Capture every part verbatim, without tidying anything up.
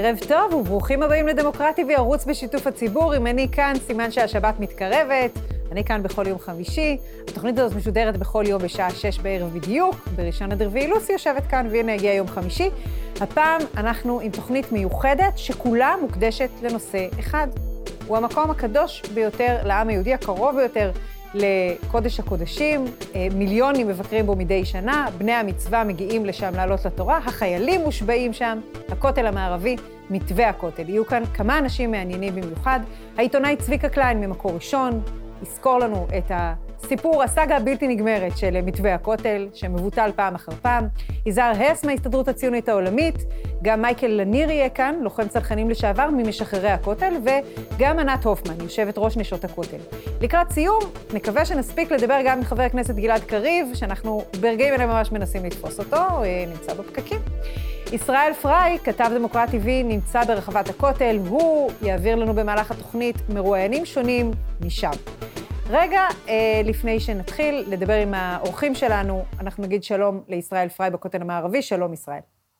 ערב טוב וברוכים הבאים לדמוקרטי וערוץ בשיתוף הציבור. אם אני כאן, סימן שהשבת מתקרבת. אני כאן בכל יום חמישי. התוכנית הזאת משודרת בכל יום בשעה שש בערב בדיוק. בראשון עד רביעי לוסי יושבת כאן, והנה הגיע יום חמישי. הפעם אנחנו עם תוכנית מיוחדת שכולה מוקדשת לנושא אחד. הוא המקום הקדוש ביותר לעם היהודי, הקרוב ביותר לקודש הקודשים. מיליונים מבקרים בו מדי שנה, בני המצווה מגיעים לשם לעלות לתורה, החיילים מושבעים שם, הכותל המערבי, מתווה הכותל. יהיו כאן כמה אנשים מעניינים במיוחד. העיתונאי צביקה קליין ממקור ראשון יזכור לנו את הסיפור, הסאגה הבלתי נגמרת של מתווה הכותל, שמבוטל פעם אחר פעם. יזהר הס מההסתדרות הציונית העולמית, גם מייקל לניר יהיה כאן, לוחם צנחנים לשעבר ממשחררי הכותל, וגם ענת הופמן, יושבת ראש נשות הכותל. לקראת סיום, נקווה שנספיק לדבר גם עם חבר הכנסת גלעד קריב, שאנחנו ברגעים אלה ממש מנסים לתפוס אותו, נמצא בפקקים. ישראל פריי, כתב דמוקרט טי וי, נמצא ברחבת הכותל, הוא יעביר לנו במהלך התוכנית מרואיינים שונים משם. רגע, אה, לפני שנתחיל לדבר עם האורחים שלנו, אנחנו נגיד שלום לישראל פריי בכותל המערבי. שלום ישראל.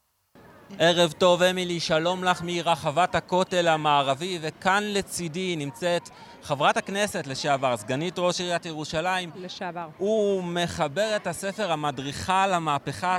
ערב טוב אמילי, שלום לך מרחבת הכותל המערבי, וכאן לצידי נמצאת חברת הכנסת לשעבר, סגנית ראש עיריית ירושלים. לשעבר. הוא מחבר את הספר המדריכה למהפכה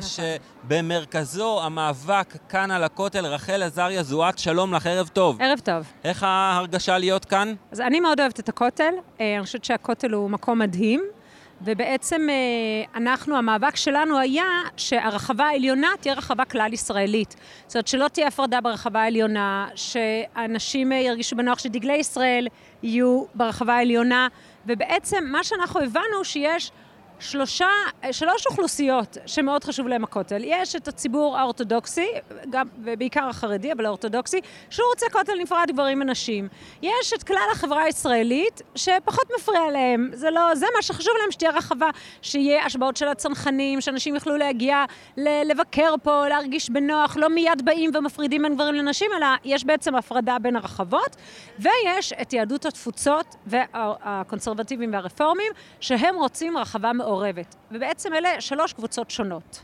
שבמרכזו המאבק כאן על הכותל. רחל עזריה זואט, שלום לך, ערב טוב. ערב טוב. איך ההרגשה להיות כאן? אז אני מאוד אוהבת את הכותל, אני חושבת שהכותל הוא מקום מדהים, ובעצם אנחנו, המאבק שלנו היה שהרחבה העליונה תהיה רחבה כלל ישראלית. זאת אומרת שלא תהיה הפרדה ברחבה העליונה, שאנשים ירגישו בנוח שדגלי ישראל יהיו ברחבה העליונה, ובעצם מה שאנחנו הבנו שיש שלושה, שלוש אוכלוסיות שמאוד חשוב להם הכותל. יש את הציבור האורתודוקסי, גם, ובעיקר החרדי, אבל האורתודוקסי, שהוא רוצה כותל נפרד גברים ונשים. יש את כלל החברה הישראלית, שפחות מפריע להם. זה לא, זה מה שחשוב להם, שתהיה רחבה, שיהיה השבעות של הצנחנים, שאנשים יוכלו להגיע, לבקר פה, להרגיש בנוח, לא מיד באים ומפרידים בין גברים לנשים, אלא יש בעצם הפרדה בין הרחבות, ויש את יהדות התפוצות והקונסרבטיבים והרפורמים, שהם רוצים רחבה מעורבת. ובעצם אלה שלוש קבוצות שונות.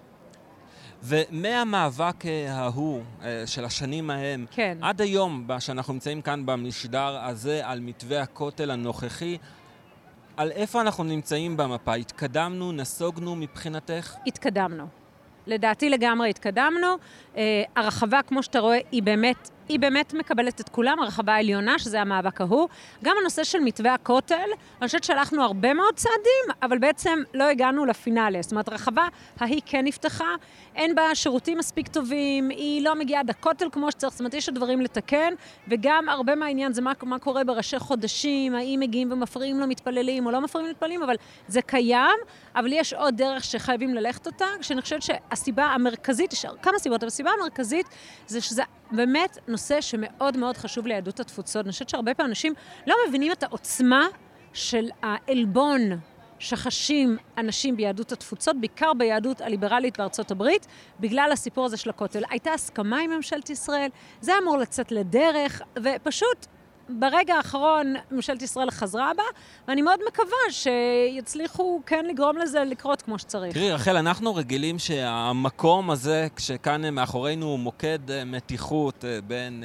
ומהמאבק ההוא של השנים ההם, כן. עד היום שאנחנו נמצאים כאן במשדר הזה על מתווה הכותל הנוכחי, על איפה אנחנו נמצאים במפה? התקדמנו, נסוגנו מבחינתך? התקדמנו. לדעתי לגמרי התקדמנו. הרחבה, כמו שאתה רואה, היא באמת היא באמת מקבלת את כולם, הרחבה העליונה, שזה המאבק ההוא. גם הנושא של מתווה הכותל, אני חושבת שהלכנו הרבה מאוד צעדים, אבל בעצם לא הגענו לפינאלי. זאת אומרת, הרחבה ההיא כן נפתחה, אין בה שירותים מספיק טובים, היא לא מגיעה עד הכותל כמו שצריך, זאת אומרת, יש דברים לתקן, וגם הרבה מהעניין זה מה, מה קורה בראשי חודשים, האם מגיעים ומפריעים לו מתפללים או לא מפריעים מתפללים, אבל זה קיים, אבל יש עוד דרך שחייבים ללכת אותה, שאני חושבת שהסיבה המרכזית, יש כמה סיבות, אבל הסיבה המרכזית זה שזה באמת נושא שמאוד מאוד חשוב ליהדות התפוצות. אני חושבת שהרבה פעמים אנשים לא מבינים את העוצמה של העלבון שחשים אנשים ביהדות התפוצות, בעיקר ביהדות הליברלית בארצות הברית, בגלל הסיפור הזה של הכותל. הייתה הסכמה עם ממשלת ישראל, זה אמור לצאת לדרך, ופשוט ברגע האחרון ממשלת ישראל חזרה בה, ואני מאוד מקווה שיצליחו כן לגרום לזה לקרות כמו שצריך. תראי, רחל, אנחנו רגילים שהמקום הזה, כשכאן מאחורינו מוקד מתיחות בין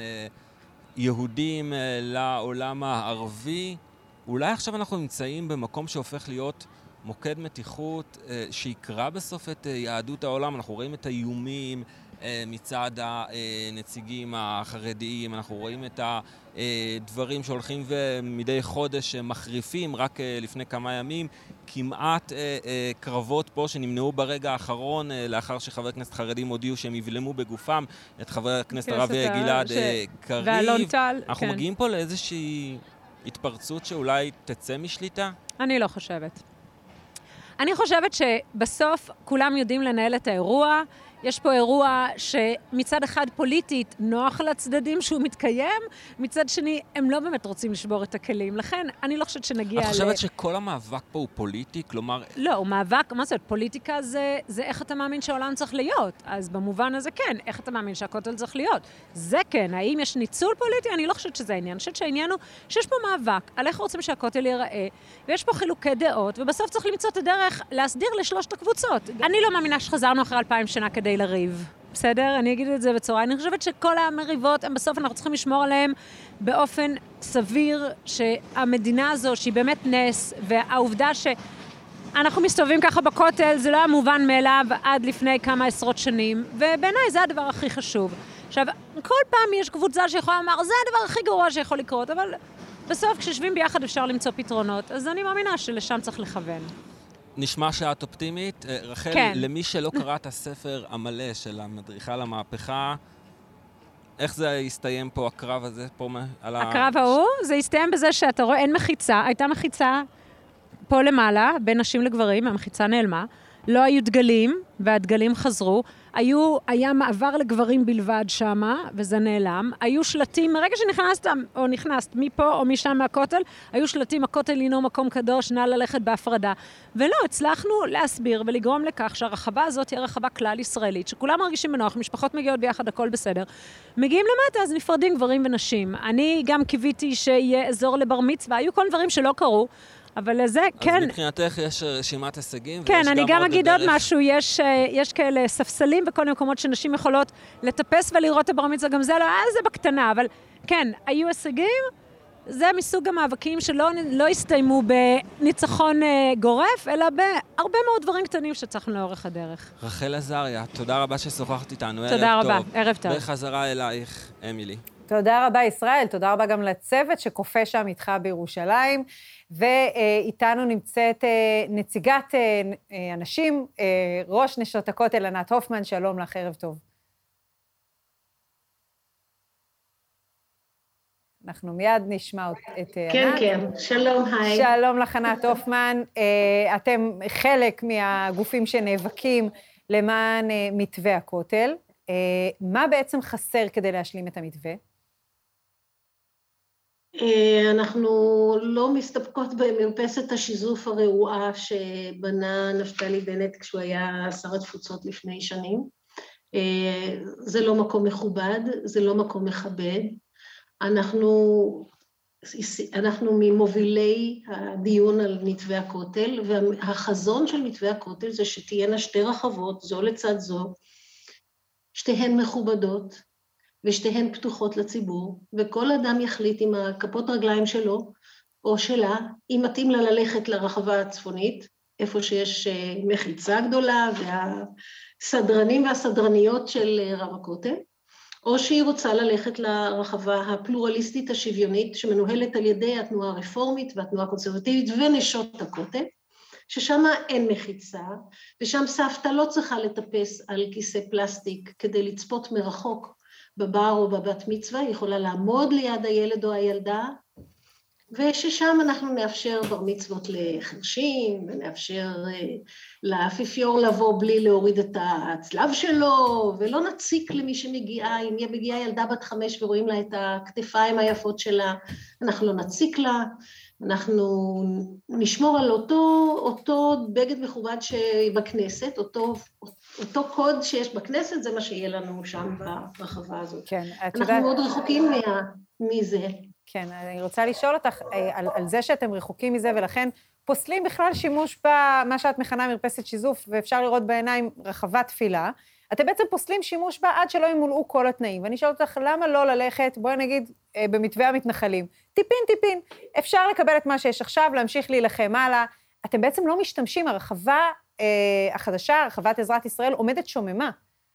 יהודים לעולם הערבי, אולי עכשיו אנחנו נמצאים במקום שהופך להיות מוקד מתיחות שיקרא בסוף את יהדות העולם. אנחנו רואים את האיומים מצד הנציגים החרדיים, אנחנו רואים את הדברים שהולכים ומדי חודש מחריפים. רק לפני כמה ימים כמעט קרבות פה שנמנעו ברגע האחרון, לאחר שחבר הכנסת חרדים הודיעו שהם יבלמו בגופם את חבר הכנסת הרב גלעד קריב. ואלון טל. אנחנו מגיעים פה לאיזושהי התפרצות שאולי תצא משליטה? אני לא חושבת. אני חושבת שבסוף כולם יודעים לנהל את האירוע. יש פה אירוע שמצד אחד פוליטית נוח לצדדים שהוא מתקיים, מצד שני הם לא באמת רוצים לשבור את הכלים. לכן אני לא חושבת שנגיע... את חושבת שכל המאבק פה הוא פוליטי? כלומר... לא, הוא מאבק, מה זאת? פוליטיקה זה, זה איך אתה מאמין שהעולם צריך להיות. אז במובן הזה כן, איך אתה מאמין שהכותל צריך להיות. זה כן, האם יש ניצול פוליטי? אני לא חושבת שזה העניין. אני חושבת שהעניין הוא שיש פה מאבק על איך רוצים שהכותל ייראה, ויש פה חילוקי דעות, ובסוף צריך למצוא את הדרך להסדיר לשלושת הקבוצות. אני לא מאמינה שחזרנו אחרי אלפיים שנה כדי לריב. בסדר? אני אגיד את זה בצורה. אני חושבת שכל המריבות, הם בסוף אנחנו צריכים לשמור עליהם באופן סביר, שהמדינה הזו, שהיא באמת נס, והעובדה שאנחנו מסתובבים ככה בכותל, זה לא היה מובן מאליו עד לפני כמה עשרות שנים, ובעיניי זה הדבר הכי חשוב. עכשיו, כל פעם יש קבוצה שיכולה לומר, זה הדבר הכי גרוע שיכול לקרות, אבל בסוף כששבים ביחד אפשר למצוא פתרונות, אז אני מאמינה שלשם צריך לכוון. נשמע שאת אופטימית. רחל, כן. למי שלא קרא את הספר המלא של המדריכה למהפכה, איך זה יסתיים פה, הקרב הזה פה על ה... הקרב ההוא, זה יסתיים בזה שאתה רואה, אין מחיצה, הייתה מחיצה פה למעלה, בין נשים לגברים, המחיצה נעלמה, לא היו דגלים, והדגלים חזרו, היו, היה מעבר לגברים בלבד שמה, וזה נעלם, היו שלטים, מרגע שנכנסת, או נכנסת מפה או משם מהכותל, היו שלטים, הכותל הינו מקום קדוש, נא ללכת בהפרדה, ולא, הצלחנו להסביר ולגרום לכך שהרחבה הזאת היא רחבה כלל ישראלית, שכולם מרגישים בנוח, משפחות מגיעות ביחד, הכל בסדר, מגיעים למטה, אז נפרדים גברים ונשים. אני גם קיוויתי שיהיה אזור לבר מצווה, היו כל דברים שלא קרו, אבל זה, כן... אז מבחינתך יש רשימת הישגים, כן, אני גם אגיד עוד דרך... משהו, יש, יש כאלה ספסלים בכל מקומות שנשים יכולות לטפס ולראות את הבר מצווה, גם זה לא, אה, זה בקטנה, אבל כן, היו הישגים, זה מסוג המאבקים שלא לא הסתיימו בניצחון גורף, אלא בהרבה מאוד דברים קטנים שצריכים לאורך הדרך. רחל עזריה, תודה רבה ששוחחת איתנו, תודה ערב רבה, טוב. ערב טוב. בחזרה אלייך, אמילי. תודה רבה ישראל, תודה רבה גם לצוות שכופה שם איתך בירושלים, ואיתנו נמצאת נציגת אנשים, ראש נשות הכותל ענת הופמן, שלום לך, ערב טוב. אנחנו מיד נשמע את ענת. כן, כן, שלום, היי. שלום לך, ענת הופמן, אתם חלק מהגופים שנאבקים למען מתווה הכותל. מה בעצם חסר כדי להשלים את המתווה? אנחנו לא מסתפקות במרפסת השיזוף הרעועה שבנה נפתלי בנט כשהוא היה שר התפוצות לפני שנים. זה לא מקום מכובד, זה לא מקום מכבד. אנחנו, אנחנו ממובילי הדיון על מתווה הכותל, והחזון של מתווה הכותל זה שתהיינה שתי רחבות, זו לצד זו, שתיהן מכובדות, ושתיהן פתוחות לציבור, וכל אדם יחליט עם הכפות רגליים שלו, או שלה, אם מתאים לה ללכת לרחבה הצפונית, איפה שיש מחיצה גדולה, והסדרנים והסדרניות של רב הכותל, או שהיא רוצה ללכת לרחבה הפלורליסטית השוויונית, שמנוהלת על ידי התנועה הרפורמית והתנועה הקונסרבטיבית ונשות הכותל, ששם אין מחיצה, ושם סבתא לא צריכה לטפס על כיסא פלסטיק כדי לצפות מרחוק בבר או בבת מצווה, היא יכולה לעמוד ליד הילד או הילדה, וששם אנחנו נאפשר בר מצוות לחרשים, ונאפשר לאפיפיור לבוא בלי להוריד את הצלב שלו, ולא נציק למי שמגיעה, אם מגיעה ילדה בת חמש ורואים לה את הכתפיים היפות שלה, אנחנו לא נציק לה, אנחנו נשמור על אותו, אותו בגד מכובד שבכנסת, אותו, אותו קוד שיש בכנסת, זה מה שיהיה לנו שם ברחבה הזאת. כן, את אנחנו יודעת... מאוד רחוקים מה, מזה. כן, אני רוצה לשאול אותך על, על זה שאתם רחוקים מזה, ולכן פוסלים בכלל שימוש במה שאת מכנה מרפסת שיזוף, ואפשר לראות בעיניים רחבת תפילה, אתם בעצם פוסלים שימוש בה עד שלא ימולאו כל התנאים. ואני שואלת אותך, למה לא ללכת, בואי נגיד, במתווה המתנחלים, טיפין טיפין, אפשר לקבל את מה שיש עכשיו, להמשיך להילחם הלאה, אתם בעצם לא משתמשים, הרחבה אה, החדשה, רחבת עזרת ישראל, עומדת שוממה.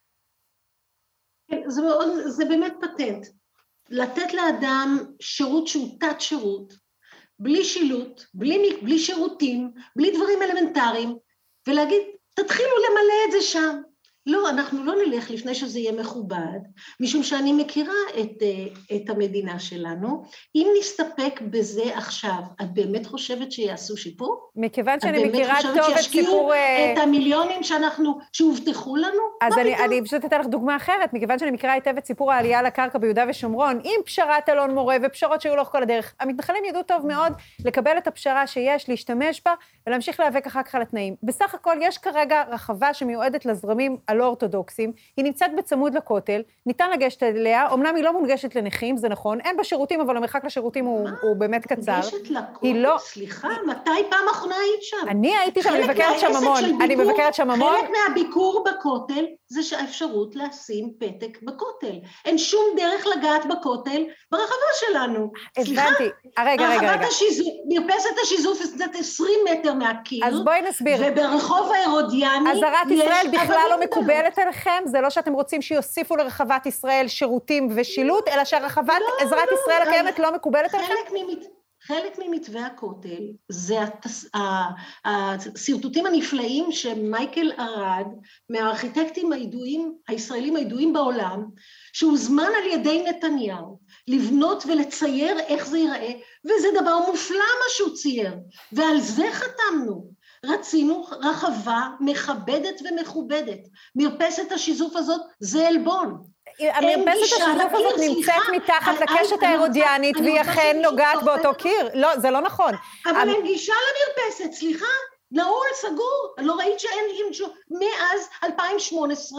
זה, מאוד, זה באמת פטנט. לתת לאדם שירות שהוא תת שירות, בלי שילוט, בלי, בלי שירותים, בלי דברים אלמנטריים, ולהגיד, תתחילו למלא את זה שם. לא, אנחנו לא נלך לפני שזה יהיה מכובד, משום שאני מכירה את, את המדינה שלנו. אם נסתפק בזה עכשיו, את באמת חושבת שיעשו שיפור? מכיוון שאני מכירה טוב את סיפור... את באמת חושבת שישקיעו את המיליונים שאנחנו, שהובטחו לנו? אז אני, אני פשוט אתן לך דוגמה אחרת, מכיוון שאני מכירה היטב את סיפור העלייה לקרקע ביהודה ושומרון, עם פשרת אלון מורה ופשרות שהיו לאורך כל הדרך, המתנחלים ידעו טוב מאוד לקבל את הפשרה שיש, להשתמש בה, ולהמשיך להיאבק אחר כך על התנאים. בסך הכל יש כרגע רחבה שמיועדת לזרמים הלא אורתודוקסים, היא נמצאת בצמוד לכותל, ניתן לגשת אליה, אמנם היא לא מונגשת לנכים, זה נכון, אין בה שירותים, אבל המרחק לשירותים הוא, הוא באמת קצר. מונגשת לכותל? לא... סליחה, מתי פעם אחרונה היית שם? אני הייתי שם, אני מבקרת שם המון, אני מבקרת שם המון. חלק מהביקור בכותל זה שהאפשרות לשים פתק בכותל. אין שום דרך לגעת בכותל ברחבה שלנו. הבנתי, רגע, רגע, רגע. מרפסת השיזוף נמצאת עשרים מטר מהקיר. אז בואי נסביר. וברחוב ההרודיאני... עזרת ישראל בכלל לא מקובלת עליכם? זה לא שאתם רוצים שיוסיפו לרחבת ישראל שירותים ושילוט, אלא שהרחבת עזרת ישראל הקיימת לא מקובלת עליכם? חלק ממתווה הכותל זה הסרטוטים הנפלאים שמייקל ארד, מהארכיטקטים הידועים, הישראלים הידועים בעולם, שהוזמן על ידי נתניהו, לבנות ולצייר איך זה ייראה, וזה דבר מופלא מה שהוא צייר, ועל זה חתמנו. רצינו רחבה מכבדת ומכובדת. מרפסת השיזוף הזאת זה אלבון. המרפסת השיזוף הזאת נמצאת מתחת לקשת ההרודיאנית, והיא אכן נוגעת באותו קיר. לא, זה לא נכון. אבל אין גישה למרפסת, סליחה. נעול, סגור. לא ראית שאין, מאז אלפיים שמונה עשרה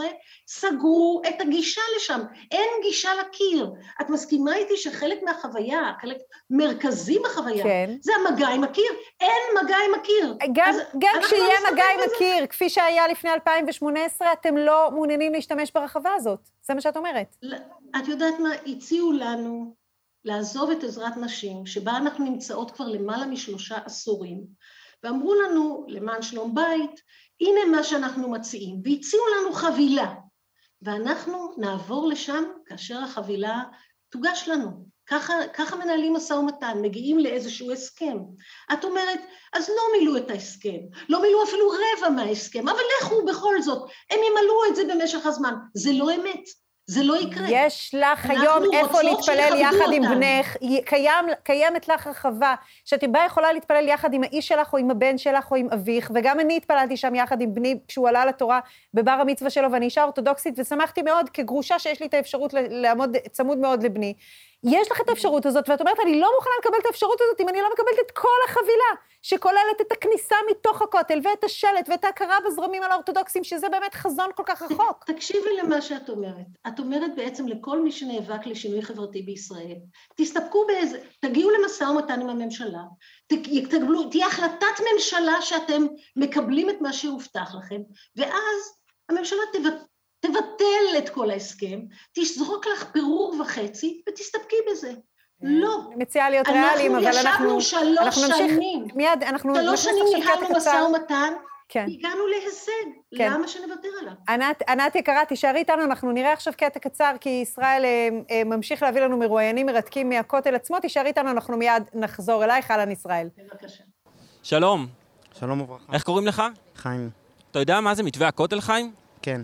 סגרו את הגישה לשם. אין גישה לקיר. את מסכימה איתי שחלק מהחוויה, חלק מרכזי בחוויה, כן. זה המגע עם הקיר. אין מגע עם הקיר. גם, גם כשיהיה מגע עם הקיר, כפי שהיה לפני אלפיים שמונה עשרה, אתם לא מעוניינים להשתמש ברחבה הזאת. זה מה שאת אומרת. את יודעת מה? הציעו לנו לעזוב את עזרת נשים, שבה אנחנו נמצאות כבר למעלה משלושה עשורים, ואמרו לנו, למען שלום בית, הנה מה שאנחנו מציעים, והציעו לנו חבילה, ואנחנו נעבור לשם כאשר החבילה תוגש לנו. ככה, ככה מנהלים משא ומתן, מגיעים לאיזשהו הסכם. את אומרת, אז לא מילאו את ההסכם, לא מילאו אפילו רבע מההסכם, אבל לכו בכל זאת, הם ימלאו את זה במשך הזמן. זה לא אמת. זה לא יקרה. יש לך היום איפה להתפלל יחד עם בנך, קיים, קיימת לך רחבה, שאת בה יכולה להתפלל יחד עם האיש שלך, או עם הבן שלך, או עם אביך, וגם אני התפללתי שם יחד עם בני, כשהוא עלה לתורה בבר המצווה שלו, ואני אישה אורתודוקסית, ושמחתי מאוד כגרושה שיש לי את האפשרות לעמוד צמוד מאוד לבני. יש לך את האפשרות הזאת, ואת אומרת, אני לא מוכנה לקבל את האפשרות הזאת, אם אני לא מקבלת את כל החבילה, שכוללת את הכניסה מתוך הכותל, ואת השלט, ואת ההכרה בזרמים על האורתודוקסים, שזה באמת חזון כל כך רחוק. תקשיבי למה שאת אומרת. את אומרת בעצם לכל מי שנאבק לשינוי חברתי בישראל, תסתפקו באיזה, תגיעו למשא ומתן עם הממשלה, תקבלו, תהיה החלטת ממשלה שאתם מקבלים את מה שהובטח לכם, ואז הממשלה תבטא, תבטל את כל ההסכם, תזרוק לך פירור וחצי, ותסתפקי בזה. לא. מציעה להיות ריאליים, אבל אנחנו... אנחנו ישבנו שלוש שנים. מיד, אנחנו... שלוש שנים ניהלנו משא ומתן, הגענו להישג. למה שנוותר עליו? ענת, ענת יקרה, תישארי איתנו, אנחנו נראה עכשיו קטע קצר, כי ישראל ממשיך להביא לנו מרואיינים מרתקים מהכותל עצמו, תישארי איתנו, אנחנו מיד נחזור אלייך, אהלן ישראל. בבקשה. שלום. שלום וברכה. איך קוראים לך? חיים. אתה יודע מה זה מתווה הכותל, חיים? כן.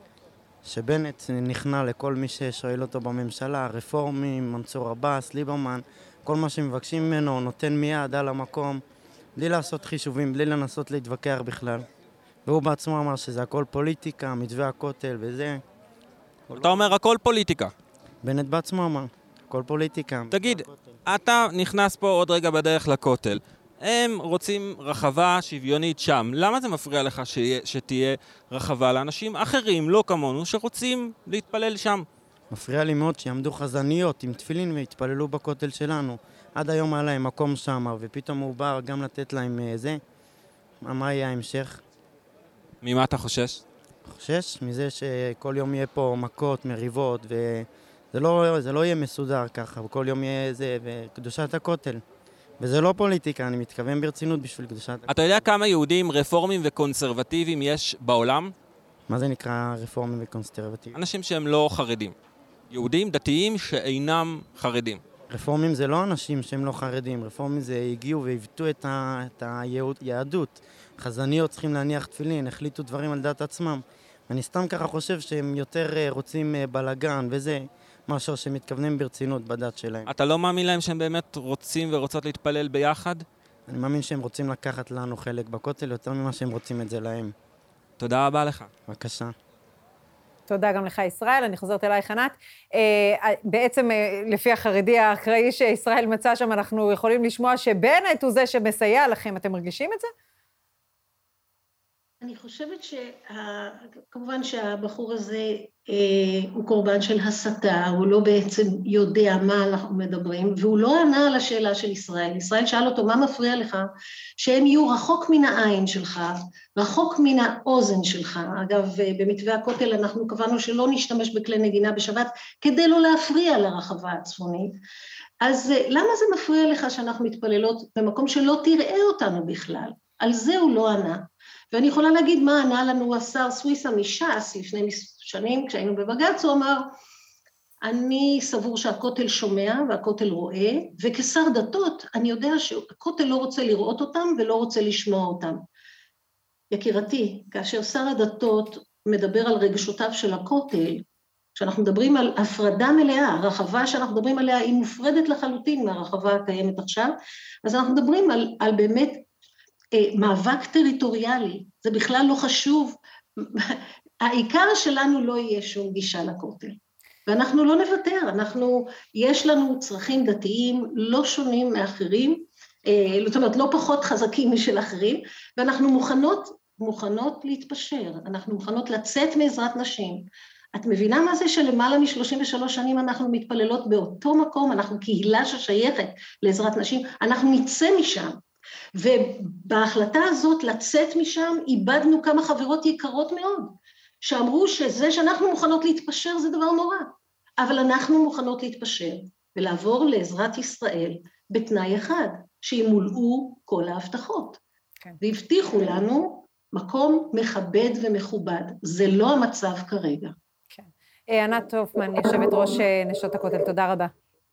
שבנט נכנע לכל מי ששואל אותו בממשלה, רפורמים, מנסור עבאס, ליברמן, כל מה שמבקשים ממנו, נותן מיד על המקום, בלי לעשות חישובים, בלי לנסות להתווכח בכלל. והוא בעצמו אמר שזה הכל פוליטיקה, מתווה הכותל וזה. אתה אומר הכל פוליטיקה. בנט בעצמו אמר, הכל פוליטיקה. תגיד, אתה נכנס פה עוד רגע בדרך לכותל. הם רוצים רחבה שוויונית שם. למה זה מפריע לך שיה, שתהיה רחבה לאנשים אחרים, לא כמונו, שרוצים להתפלל שם? מפריע לי מאוד שיעמדו חזניות עם תפילין והתפללו בכותל שלנו. עד היום היה להם מקום שם, ופתאום הוא בא גם לתת להם זה. מה יהיה ההמשך? ממה אתה חושש? חושש מזה שכל יום יהיה פה מכות, מריבות, וזה לא, זה לא יהיה מסודר ככה, וכל יום יהיה זה, וקדושת הכותל. וזה לא פוליטיקה, אני מתכוון ברצינות בשביל קדושת... אתה יודע כמה יהודים רפורמים וקונסרבטיביים יש בעולם? מה זה נקרא רפורמים וקונסרבטיביים? אנשים שהם לא חרדים. יהודים דתיים שאינם חרדים. רפורמים זה לא אנשים שהם לא חרדים, רפורמים זה הגיעו והבטאו את, ה... את היהדות. חזניות צריכים להניח תפילין, החליטו דברים על דעת עצמם. אני סתם ככה חושב שהם יותר רוצים בלגן וזה... משהו שמתכוונים ברצינות בדת שלהם. אתה לא מאמין להם שהם באמת רוצים ורוצות להתפלל ביחד? אני מאמין שהם רוצים לקחת לנו חלק בכותל יותר ממה שהם רוצים את זה להם. תודה רבה לך. בבקשה. תודה גם לך, ישראל. אני חוזרת אלייך, ענת. בעצם, לפי החרדי האקראי שישראל מצא שם, אנחנו יכולים לשמוע שבנט הוא זה שמסייע לכם. אתם מרגישים את זה? אני חושבת שכמובן שהבחור הזה אה, הוא קורבן של הסתה, הוא לא בעצם יודע מה אנחנו מדברים, והוא לא ענה על השאלה של ישראל. ישראל שאל אותו, מה מפריע לך? שהם יהיו רחוק מן העין שלך, רחוק מן האוזן שלך. אגב, במתווה הכותל אנחנו קבענו שלא נשתמש בכלי נגינה בשבת, כדי לא להפריע לרחבה הצפונית. אז למה זה מפריע לך שאנחנו מתפללות במקום שלא תראה אותנו בכלל? על זה הוא לא ענה. ואני יכולה להגיד מה ענה לנו השר סוויסה מש"ס לפני שנים, כשהיינו בבג"ץ, הוא אמר, אני סבור שהכותל שומע והכותל רואה, וכשר דתות אני יודע שהכותל לא רוצה לראות אותם ולא רוצה לשמוע אותם. יקירתי, כאשר שר הדתות מדבר על רגשותיו של הכותל, כשאנחנו מדברים על הפרדה מלאה, הרחבה שאנחנו מדברים עליה היא מופרדת לחלוטין מהרחבה הקיימת עכשיו, אז אנחנו מדברים על, על באמת מאבק טריטוריאלי, זה בכלל לא חשוב, העיקר שלנו לא יהיה שום גישה לכותל, ואנחנו לא נוותר, אנחנו, יש לנו צרכים דתיים לא שונים מאחרים, זאת אומרת לא פחות חזקים משל אחרים, ואנחנו מוכנות, מוכנות להתפשר, אנחנו מוכנות לצאת מעזרת נשים. את מבינה מה זה שלמעלה מ-שלושים ושלוש שנים אנחנו מתפללות באותו מקום, אנחנו קהילה ששייכת לעזרת נשים, אנחנו נצא משם, ובהחלטה הזאת לצאת משם איבדנו כמה חברות יקרות מאוד, שאמרו שזה שאנחנו מוכנות להתפשר זה דבר נורא, אבל אנחנו מוכנות להתפשר ולעבור לעזרת ישראל בתנאי אחד, שימולאו כל ההבטחות. כן. והבטיחו לנו מקום מכבד ומכובד. זה לא המצב כרגע. כן. ענת הופמן, יושבת ראש נשות הכותל, תודה רבה.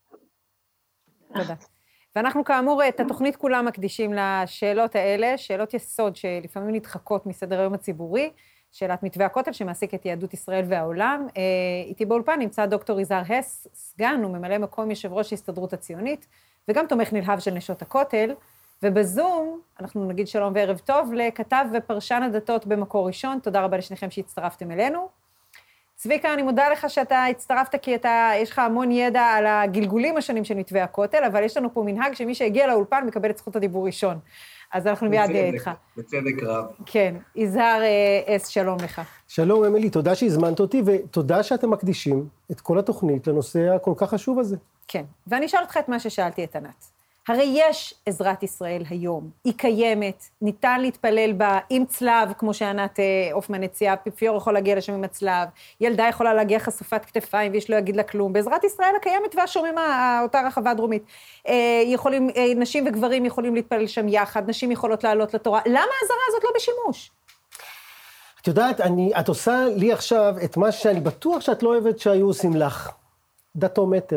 תודה. ואנחנו כאמור את התוכנית כולה מקדישים לשאלות האלה, שאלות יסוד שלפעמים נדחקות מסדר היום הציבורי, שאלת מתווה הכותל שמעסיק את יהדות ישראל והעולם. איתי באולפן נמצא דוקטור יזהר הס, סגן וממלא מקום יושב ראש ההסתדרות הציונית, וגם תומך נלהב של נשות הכותל, ובזום אנחנו נגיד שלום וערב טוב לכתב ופרשן הדתות במקור ראשון, תודה רבה לשניכם שהצטרפתם אלינו. צביקה, אני מודה לך שאתה הצטרפת, כי אתה, יש לך המון ידע על הגלגולים השונים של מתווה הכותל, אבל יש לנו פה מנהג שמי שהגיע לאולפן מקבל את זכות הדיבור ראשון. אז אנחנו מיד איתך. בצדק רב. כן, יזהר אס, שלום לך. שלום, אמילי, תודה שהזמנת אותי, ותודה שאתם מקדישים את כל התוכנית לנושא הכל כך חשוב הזה. כן, ואני אשאל אותך את מה ששאלתי את ענת. הרי יש עזרת ישראל היום, היא קיימת, ניתן להתפלל בה עם צלב, כמו שענת הופמן הציעה, אפיפיור יכול להגיע לשם עם הצלב, ילדה יכולה להגיע חשופת כתפיים ואיש לא יגיד לה כלום, בעזרת ישראל הקיימת והשוממה, אותה רחבה דרומית, יכולים, נשים וגברים יכולים להתפלל שם יחד, נשים יכולות לעלות לתורה, למה העזרה הזאת לא בשימוש? את יודעת, אני, את עושה לי עכשיו את מה שאני בטוח שאת לא אוהבת שהיו עושים לך, דתומטר.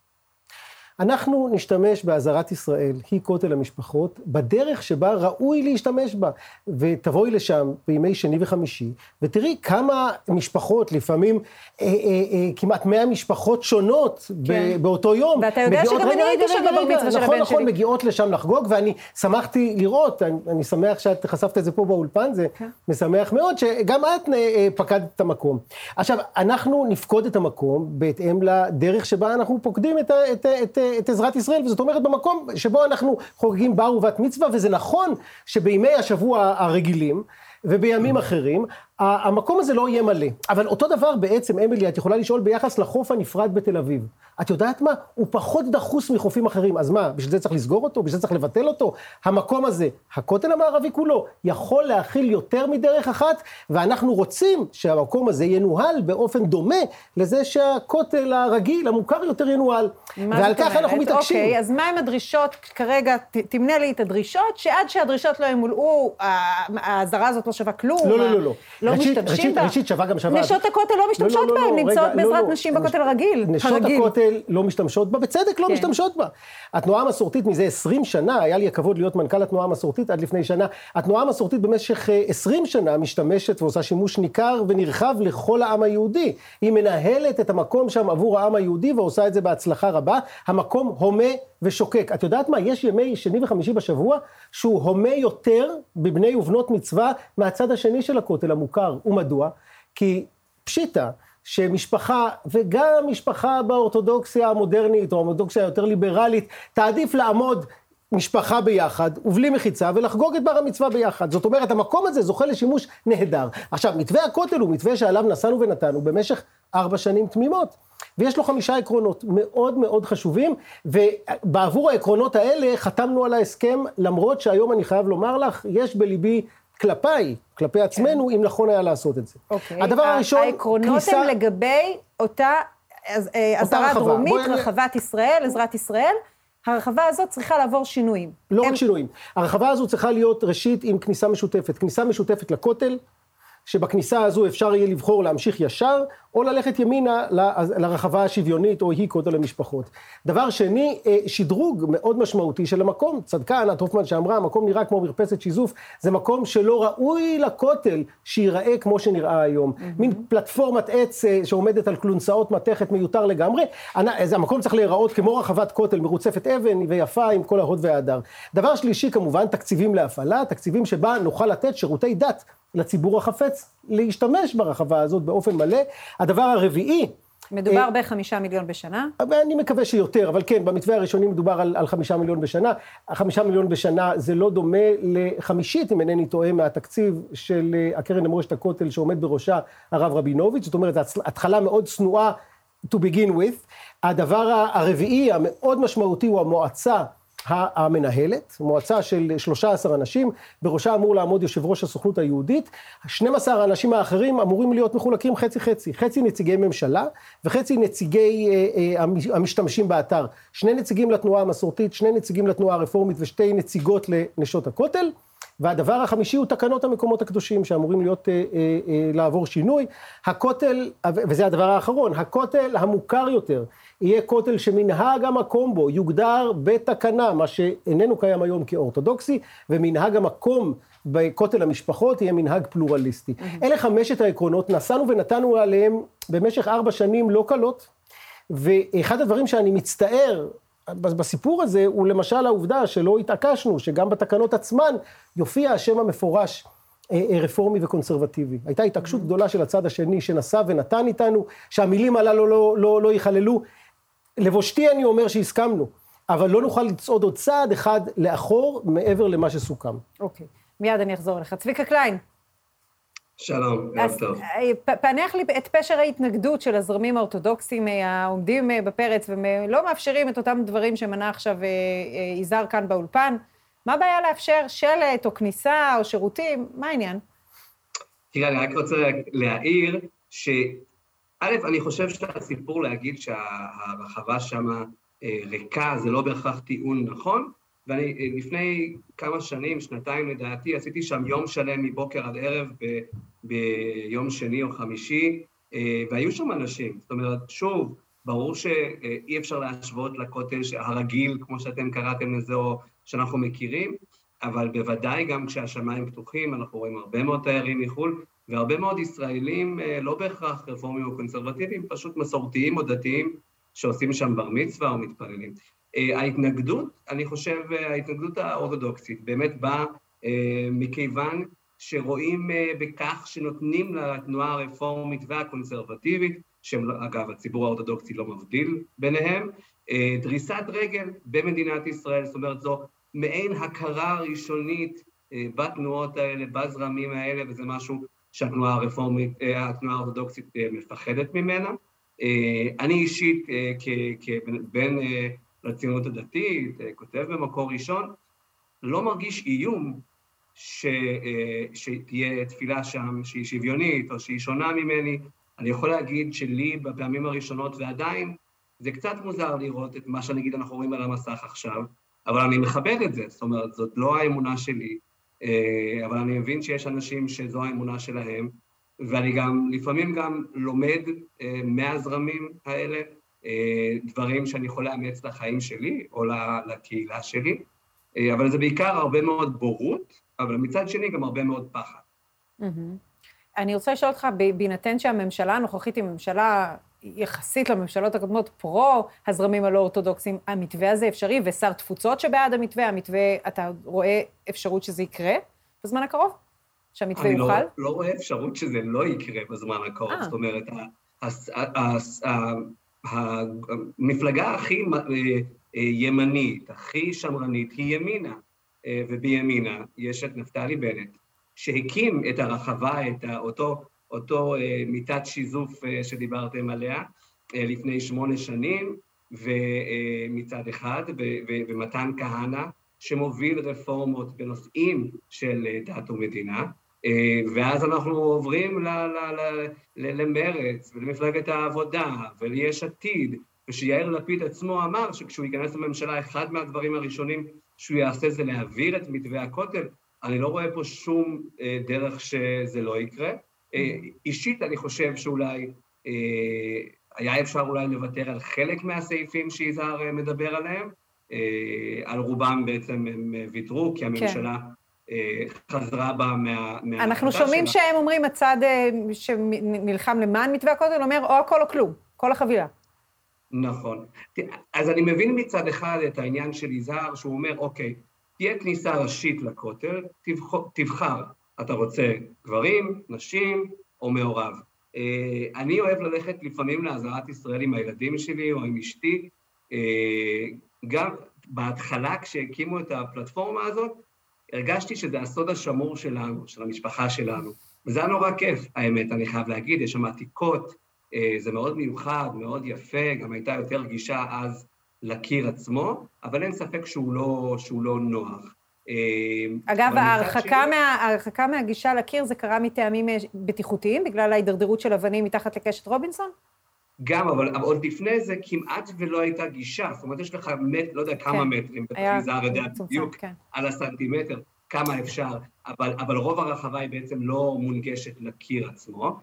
אנחנו נשתמש בעזרת ישראל, היא כותל המשפחות, בדרך שבה ראוי להשתמש בה, ותבואי לשם בימי שני וחמישי, ותראי כמה משפחות, לפעמים אה, אה, אה, כמעט מאה משפחות שונות כן. באותו יום. ואתה יודע שגם אני הייתי שם בבר מצווה של הבן נכון, שלי. נכון, מגיעות לשם לחגוג, ואני שמחתי לראות, אני, אני שמח שאת חשפת את זה פה באולפן, זה כן. משמח מאוד, שגם את אה, פקדת את המקום. עכשיו, אנחנו נפקוד את המקום, בהתאם לדרך שבה אנחנו פוקדים את, את, את את עזרת ישראל, וזאת אומרת במקום שבו אנחנו חוגגים בר ובת מצווה, וזה נכון שבימי השבוע הרגילים, ובימים אחרים, המקום הזה לא יהיה מלא. אבל אותו דבר בעצם, אמילי, את יכולה לשאול ביחס לחוף הנפרד בתל אביב. את יודעת מה? הוא פחות דחוס מחופים אחרים. אז מה? בשביל זה צריך לסגור אותו? בשביל זה צריך לבטל אותו? המקום הזה, הכותל המערבי כולו, יכול להכיל יותר מדרך אחת, ואנחנו רוצים שהמקום הזה ינוהל באופן דומה לזה שהכותל הרגיל, המוכר יותר ינוהל. ועל כך אנחנו מתעקשים. אוקיי, אז מה עם הדרישות? כרגע תמנה לי את הדרישות, שעד שהדרישות לא ימולאו, העזרה הזאת לא שווה כלום. לא, לא, לא, לא. לא ראשית, משתמשים ראשית, בה. ראשית שווה גם שווה. נשות הכותל לא משתמשות לא, לא, בה, הן לא, נמצאות רגע, בעזרת לא, נשים לא. בכותל הרגיל. נשות הרגיל. הכותל לא משתמשות בה, בצדק לא כן. משתמשות בה. התנועה המסורתית מזה עשרים שנה, היה לי הכבוד להיות מנכ"ל התנועה המסורתית עד לפני שנה, התנועה המסורתית במשך עשרים שנה משתמשת ועושה שימוש ניכר ונרחב לכל העם היהודי. היא מנהלת את המקום שם עבור העם היהודי ועושה את זה בהצלחה רבה. המקום הומה ושוקק. את יודעת מה? יש ימי שני וחמישי בשבוע שהוא הומה יותר בבני ובנות מצווה מהצד השני של הכותל המוכר. ומדוע? כי פשיטה שמשפחה, וגם משפחה באורתודוקסיה המודרנית, או האורתודוקסיה היותר ליברלית, תעדיף לעמוד משפחה ביחד, ובלי מחיצה, ולחגוג את בר המצווה ביחד. זאת אומרת, המקום הזה זוכה לשימוש נהדר. עכשיו, מתווה הכותל הוא מתווה שעליו נסענו ונתנו במשך ארבע שנים תמימות. ויש לו חמישה עקרונות מאוד מאוד חשובים, ובעבור העקרונות האלה חתמנו על ההסכם, למרות שהיום אני חייב לומר לך, יש בליבי כלפיי, כלפי עצמנו, אם נכון היה לעשות את זה. אוקיי. הדבר הראשון, העקרונות הם לגבי אותה עזרה דרומית, בואי... רחבת ישראל, עזרת ישראל, הרחבה הזאת צריכה לעבור שינויים. לא הם... רק שינויים. הרחבה הזו צריכה להיות ראשית עם כניסה משותפת. כניסה משותפת לכותל, שבכניסה הזו אפשר יהיה לבחור להמשיך ישר, או ללכת ימינה לרחבה השוויונית, או היא כותל למשפחות. דבר שני, שדרוג מאוד משמעותי של המקום. צדקה ענת הופמן שאמרה, המקום נראה כמו מרפסת שיזוף, זה מקום שלא ראוי לכותל שיראה כמו שנראה היום. Mm-hmm. מין פלטפורמת עץ שעומדת על כלונסאות מתכת מיותר לגמרי. המקום צריך להיראות כמו רחבת כותל, מרוצפת אבן ויפה עם כל ההוד וההדר. דבר שלישי, כמובן, תקציבים להפעלה, תקציבים שבה נוכל לתת שירותי דת לציבור החפץ להשתמש ברחבה הזאת באופן מלא. הדבר הרביעי... מדובר בחמישה מיליון בשנה? אני מקווה שיותר, אבל כן, במתווה הראשוני מדובר על, על חמישה מיליון בשנה. החמישה מיליון בשנה זה לא דומה לחמישית, אם אינני טועה, מהתקציב של הקרן למורשת הכותל שעומד בראשה הרב רבינוביץ', זאת אומרת, זו התחלה מאוד צנועה to begin with. הדבר הרביעי המאוד משמעותי הוא המועצה המנהלת, מועצה של שלושה עשר אנשים, בראשה אמור לעמוד יושב ראש הסוכנות היהודית, שנים עשר האנשים האחרים אמורים להיות מחולקים חצי חצי, חצי נציגי ממשלה וחצי נציגי אה, אה, המשתמשים באתר, שני נציגים לתנועה המסורתית, שני נציגים לתנועה הרפורמית ושתי נציגות לנשות הכותל, והדבר החמישי הוא תקנות המקומות הקדושים שאמורים להיות, אה, אה, אה, לעבור שינוי. הכותל, וזה הדבר האחרון, הכותל המוכר יותר, יהיה כותל שמנהג המקום בו יוגדר בתקנה, מה שאיננו קיים היום כאורתודוקסי, ומנהג המקום בכותל המשפחות יהיה מנהג פלורליסטי. Mm-hmm. אלה חמשת העקרונות, נסענו ונתנו עליהם במשך ארבע שנים לא קלות, ואחד הדברים שאני מצטער בסיפור הזה הוא למשל העובדה שלא התעקשנו, שגם בתקנות עצמן יופיע השם המפורש רפורמי וקונסרבטיבי. הייתה התעקשות גדולה של הצד השני שנסע ונתן איתנו, שהמילים הללו לא, לא, לא יכללו. לבושתי אני אומר שהסכמנו, אבל לא נוכל לצעוד עוד צעד אחד לאחור מעבר למה שסוכם. אוקיי, מיד אני אחזור לך. צביקה קליין. שלום, ערב טוב. פענח לי את פשר ההתנגדות של הזרמים האורתודוקסיים העומדים בפרץ, ולא מאפשרים את אותם דברים שמנה עכשיו יזהר כאן באולפן. מה הבעיה לאפשר שלט או כניסה או שירותים? מה העניין? תראה, אני רק רוצה להעיר ש... א', אני חושב שהסיפור להגיד שהרחבה שמה ריקה, זה לא בהכרח טיעון נכון, ואני לפני כמה שנים, שנתיים לדעתי, עשיתי שם יום שלם מבוקר עד ערב ב, ביום שני או חמישי, והיו שם אנשים. זאת אומרת, שוב, ברור שאי אפשר להשוות לכותל הרגיל, כמו שאתם קראתם לזה, או שאנחנו מכירים, אבל בוודאי גם כשהשמיים פתוחים, אנחנו רואים הרבה מאוד תיירים מחו"ל, והרבה מאוד ישראלים, לא בהכרח רפורמים או קונסרבטיביים, פשוט מסורתיים או דתיים, שעושים שם בר מצווה או מתפללים. ההתנגדות, אני חושב, ההתנגדות האורתודוקסית, באמת באה מכיוון שרואים בכך שנותנים לתנועה הרפורמית והקונסרבטיבית, שאגב, הציבור האורתודוקסי לא מבדיל ביניהם, דריסת רגל במדינת ישראל, זאת אומרת, זו מעין הכרה ראשונית בתנועות האלה, בזרמים האלה, וזה משהו שהתנועה הרפורמית, התנועה האורתודוקסית מפחדת ממנה. אני אישית, כבן לציונות הדתית, כותב במקור ראשון, לא מרגיש איום שתהיה תפילה שם שהיא שוויונית או שהיא שונה ממני. אני יכול להגיד שלי בפעמים הראשונות ועדיין, זה קצת מוזר לראות את מה שנגיד אנחנו רואים על המסך עכשיו, אבל אני מכבד את זה, זאת אומרת, זאת לא האמונה שלי, אבל אני מבין שיש אנשים שזו האמונה שלהם, ואני גם, לפעמים גם לומד מהזרמים האלה, דברים שאני יכול לאמץ לחיים שלי, או לקהילה שלי, אבל זה בעיקר הרבה מאוד בורות, אבל מצד שני גם הרבה מאוד פחד. אני רוצה לשאול אותך, בהינתן שהממשלה הנוכחית היא ממשלה יחסית לממשלות הקודמות פרו הזרמים הלא אורתודוקסיים, המתווה הזה אפשרי, ושר תפוצות שבעד המתווה, המתווה, אתה רואה אפשרות שזה יקרה בזמן הקרוב? שהמתווה יוכל? אני לא רואה אפשרות שזה לא יקרה בזמן הקרוב, זאת אומרת, המפלגה הכי ימנית, הכי שמרנית, היא ימינה, ובימינה יש את נפתלי בנט, שהקים את הרחבה, את אותו, אותו מיטת שיזוף שדיברתם עליה, לפני שמונה שנים, ומצד אחד, ומתן כהנא, שמוביל רפורמות בנושאים של דת ומדינה, ואז אנחנו עוברים למרץ ולמפלגת העבודה וליש עתיד, ושיאיר לפיד עצמו אמר שכשהוא ייכנס לממשלה, אחד מהדברים הראשונים שהוא יעשה זה להעביר את מתווה הכותל. אני לא רואה פה שום דרך שזה לא יקרה. אישית אני חושב שאולי היה אפשר אולי לוותר על חלק מהסעיפים שיזהר מדבר עליהם, על רובם בעצם הם ויתרו, כי הממשלה חזרה בה מה... אנחנו שומעים שהם אומרים, הצד שנלחם למען מתווה הכותל, אומר או הכל או כלום, כל החבילה. נכון. אז אני מבין מצד אחד את העניין של יזהר, שהוא אומר, אוקיי, תהיה כניסה ראשית לכותל, תבחר, אתה רוצה גברים, נשים או מעורב. אני אוהב ללכת לפעמים לעזרת ישראל עם הילדים שלי או עם אשתי, גם בהתחלה כשהקימו את הפלטפורמה הזאת, הרגשתי שזה הסוד השמור שלנו, של המשפחה שלנו. וזה היה נורא כיף, האמת, אני חייב להגיד, יש שם עתיקות, זה מאוד מיוחד, מאוד יפה, גם הייתה יותר גישה אז לקיר עצמו, אבל אין ספק שהוא לא, שהוא לא נוח. אגב, ההרחקה, מה, ההרחקה מהגישה לקיר זה קרה מטעמים בטיחותיים, בגלל ההידרדרות של אבנים מתחת לקשת רובינסון? גם, אבל, אבל עוד לפני זה כמעט ולא הייתה גישה, זאת אומרת, יש לך מט, לא יודע כמה כן. מטרים, יזהר יודע בדיוק כן. על הסנטימטר, כמה אפשר, אבל, אבל רוב הרחבה היא בעצם לא מונגשת לקיר עצמו,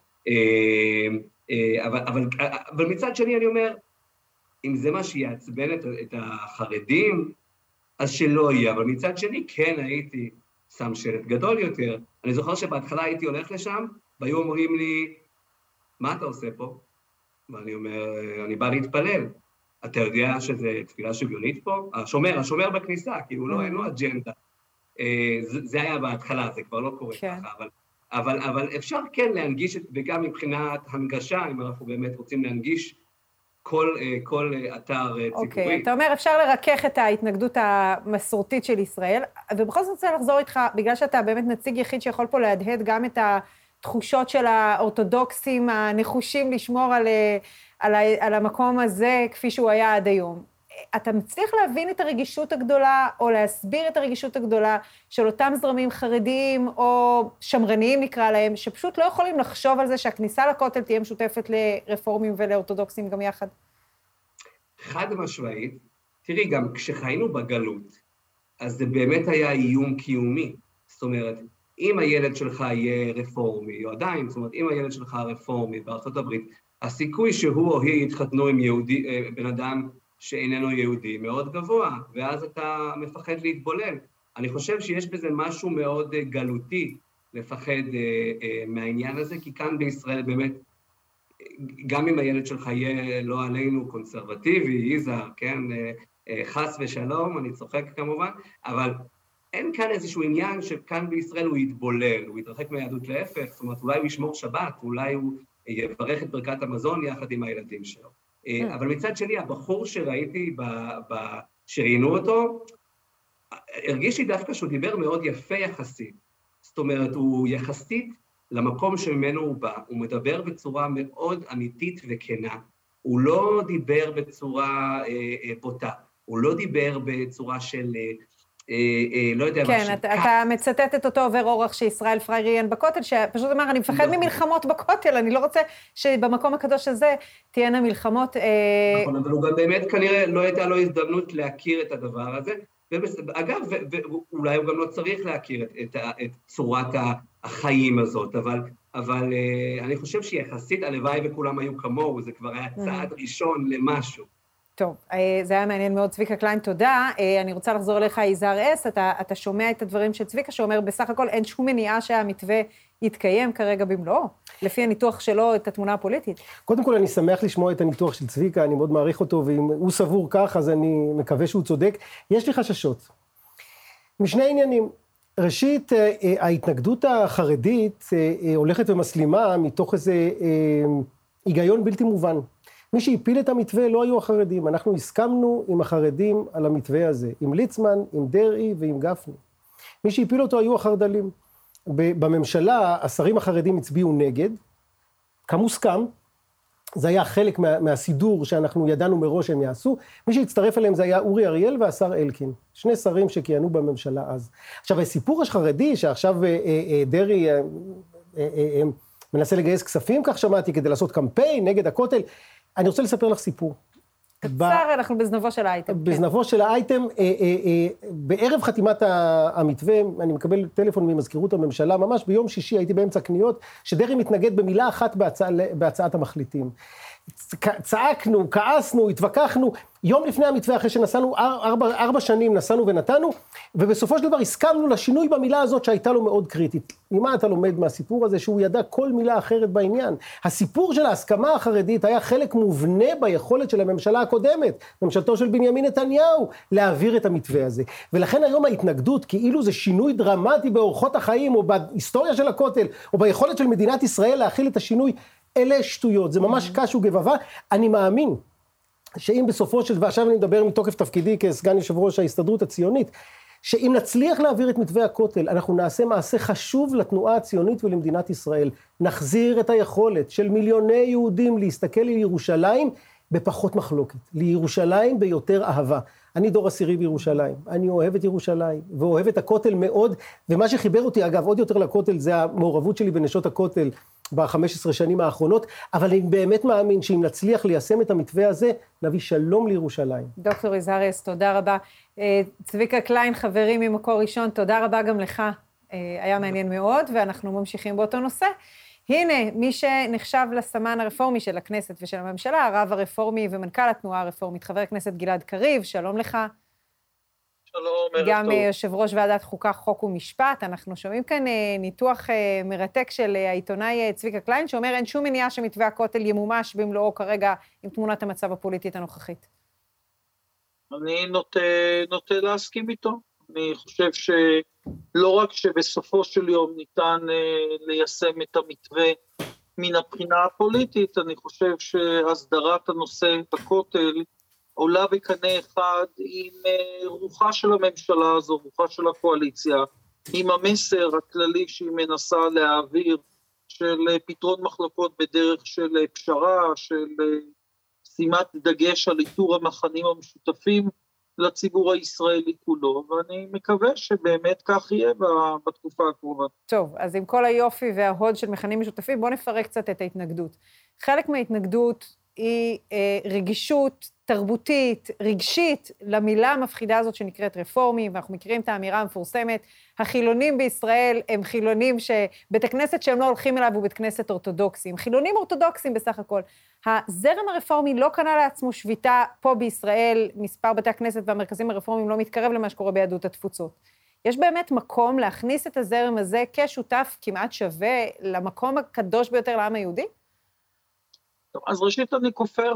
אבל, אבל, אבל מצד שני אני אומר, אם זה מה שיעצבן את, את החרדים, אז שלא יהיה, אבל מצד שני כן הייתי שם שלט גדול יותר. אני זוכר שבהתחלה הייתי הולך לשם, והיו אומרים לי, מה אתה עושה פה? ואני אומר, אני בא להתפלל. אתה יודע שזה תפילה שוויונית פה? השומר, השומר בכניסה, כאילו לא, אין לו אג'נדה. זה, זה היה בהתחלה, זה כבר לא קורה כן. ככה, אבל, אבל, אבל אפשר כן להנגיש, וגם מבחינת הנגשה, אם אנחנו באמת רוצים להנגיש, כל, כל אתר ציבורי. אוקיי, אתה אומר, אפשר לרכך את ההתנגדות המסורתית של ישראל, ובכל זאת רוצה לחזור איתך, בגלל שאתה באמת נציג יחיד שיכול פה להדהד גם את התחושות של האורתודוקסים הנחושים לשמור על, על, על המקום הזה כפי שהוא היה עד היום. אתה מצליח להבין את הרגישות הגדולה, או להסביר את הרגישות הגדולה של אותם זרמים חרדיים או שמרניים נקרא להם, שפשוט לא יכולים לחשוב על זה שהכניסה לכותל תהיה משותפת לרפורמים ולאורתודוקסים גם יחד? חד משמעית, תראי, גם כשחיינו בגלות, אז זה באמת היה איום קיומי. זאת אומרת, אם הילד שלך יהיה רפורמי, או עדיין, זאת אומרת, אם הילד שלך רפורמי בארצות הברית, הסיכוי שהוא או היא יתחתנו עם יהודי, בן אדם שאיננו יהודי, מאוד גבוה, ואז אתה מפחד להתבולל. אני חושב שיש בזה משהו מאוד גלותי לפחד מהעניין הזה, כי כאן בישראל באמת, גם אם הילד שלך יהיה לא עלינו קונסרבטיבי, יזהר, כן, חס ושלום, אני צוחק כמובן, אבל אין כאן איזשהו עניין שכאן בישראל הוא יתבולל, הוא יתרחק מהיהדות להפך, זאת אומרת, אולי הוא ישמור שבת, אולי הוא יברך את ברכת המזון יחד עם הילדים שלו. אבל מצד שני, הבחור שראיתי, שראינו אותו, הרגיש לי דווקא שהוא דיבר מאוד יפה יחסית. זאת אומרת, הוא יחסית למקום שממנו הוא בא, הוא מדבר בצורה מאוד אמיתית וכנה, הוא לא דיבר בצורה בוטה, הוא לא דיבר בצורה של... לא יודע כן, מה אתה, אתה מצטט את אותו עובר אורח שישראל פריי ראיין בכותל, שפשוט אמר, אני מפחד ממלחמות בכותל, אני לא רוצה שבמקום הקדוש הזה תהיינה מלחמות. נכון, אבל הוא גם באמת כנראה לא הייתה לו הזדמנות להכיר את הדבר הזה, אגב, ואולי הוא גם לא צריך להכיר את, את צורת החיים הזאת, אבל, אבל אני חושב שיחסית הלוואי וכולם היו כמוהו, זה כבר היה צעד ראשון למשהו. טוב, זה היה מעניין מאוד. צביקה קליין, תודה. אני רוצה לחזור אליך, יזהר אס, אתה, אתה שומע את הדברים של צביקה, שאומר, בסך הכל אין שום מניעה שהמתווה יתקיים כרגע במלואו, לפי הניתוח שלו את התמונה הפוליטית. קודם כל, אני שמח לשמוע את הניתוח של צביקה, אני מאוד מעריך אותו, ואם הוא סבור כך, אז אני מקווה שהוא צודק. יש לי חששות. משני עניינים. ראשית, ההתנגדות החרדית הולכת ומסלימה מתוך איזה היגיון בלתי מובן. מי שהפיל את המתווה לא היו החרדים, אנחנו הסכמנו עם החרדים על המתווה הזה, עם ליצמן, עם דרעי ועם גפני. מי שהפיל אותו היו החרד"לים. בממשלה, השרים החרדים הצביעו נגד, כמוסכם, זה היה חלק מה, מהסידור שאנחנו ידענו מראש שהם יעשו, מי שהצטרף אליהם זה היה אורי אריאל והשר אלקין, שני שרים שכיהנו בממשלה אז. עכשיו, הסיפור החרדי שעכשיו אה, אה, דרעי אה, אה, אה, מנסה לגייס כספים, כך שמעתי, כדי לעשות קמפיין נגד הכותל, אני רוצה לספר לך סיפור. קצר, אנחנו בזנבו של האייטם. בזנבו של האייטם, אה, אה, אה, בערב חתימת המתווה, אני מקבל טלפון ממזכירות הממשלה, ממש ביום שישי הייתי באמצע קניות, שדרעי מתנגד במילה אחת בהצע, בהצעת המחליטים. צעקנו, כעסנו, התווכחנו, יום לפני המתווה, אחרי שנסענו ארבע, ארבע שנים, נסענו ונתנו, ובסופו של דבר הסכמנו לשינוי במילה הזאת שהייתה לו מאוד קריטית. ממה אתה לומד מהסיפור הזה? שהוא ידע כל מילה אחרת בעניין. הסיפור של ההסכמה החרדית היה חלק מובנה ביכולת של הממשלה הקודמת, ממשלתו של בנימין נתניהו, להעביר את המתווה הזה. ולכן היום ההתנגדות, כאילו זה שינוי דרמטי באורחות החיים, או בהיסטוריה של הכותל, או ביכולת של מדינת ישראל להכיל את השינוי, אלה שטויות, זה ממש קש וגבבה. אני מאמין שאם בסופו של דבר, עכשיו אני מדבר מתוקף תפקידי כסגן יושב ראש ההסתדרות הציונית, שאם נצליח להעביר את מתווה הכותל, אנחנו נעשה מעשה חשוב לתנועה הציונית ולמדינת ישראל. נחזיר את היכולת של מיליוני יהודים להסתכל לירושלים בפחות מחלוקת, לירושלים ביותר אהבה. אני דור עשירי בירושלים, אני אוהב את ירושלים, ואוהב את הכותל מאוד, ומה שחיבר אותי, אגב, עוד יותר לכותל, זה המעורבות שלי בנשות הכותל ב-חמש עשרה שנים האחרונות, אבל אני באמת מאמין שאם נצליח ליישם את המתווה הזה, נביא שלום לירושלים. דוקטור איזריאס, תודה רבה. צביקה קליין, חברי ממקור ראשון, תודה רבה גם לך. היה מעניין מאוד, ואנחנו ממשיכים באותו נושא. הנה, מי שנחשב לסמן הרפורמי של הכנסת ושל הממשלה, הרב הרפורמי ומנכ"ל התנועה הרפורמית, חבר הכנסת גלעד קריב, שלום לך. שלום, ערב גם טוב. יושב ראש ועדת חוקה, חוק ומשפט. אנחנו שומעים כאן ניתוח מרתק של העיתונאי צביקה קליין, שאומר אין שום מניעה שמתווה הכותל ימומש במלואו כרגע עם תמונת המצב הפוליטית הנוכחית. אני נוטה, נוטה להסכים איתו. אני חושב שלא רק שבסופו של יום ניתן ליישם את המתווה מן הבחינה הפוליטית, אני חושב שהסדרת הנושא בכותל עולה בקנה אחד עם רוחה של הממשלה הזו, רוחה של הקואליציה, עם המסר הכללי שהיא מנסה להעביר של פתרון מחלוקות בדרך של פשרה, של שימת דגש על איתור המחנים המשותפים לציבור הישראלי כולו, ואני מקווה שבאמת כך יהיה בתקופה הקרובה. טוב, אז עם כל היופי וההוד של מכנים משותפים, בואו נפרק קצת את ההתנגדות. חלק מההתנגדות היא אה, רגישות תרבותית, רגשית, למילה המפחידה הזאת שנקראת רפורמים, ואנחנו מכירים את האמירה המפורסמת, החילונים בישראל הם חילונים שבית הכנסת שהם לא הולכים אליו הוא בית כנסת אורתודוקסי, הם חילונים אורתודוקסים בסך הכל. הזרם הרפורמי לא קנה לעצמו שביתה פה בישראל, מספר בתי הכנסת והמרכזים הרפורמיים לא מתקרב למה שקורה ביהדות התפוצות. יש באמת מקום להכניס את הזרם הזה כשותף כמעט שווה למקום הקדוש ביותר לעם היהודי? טוב, אז ראשית אני כופר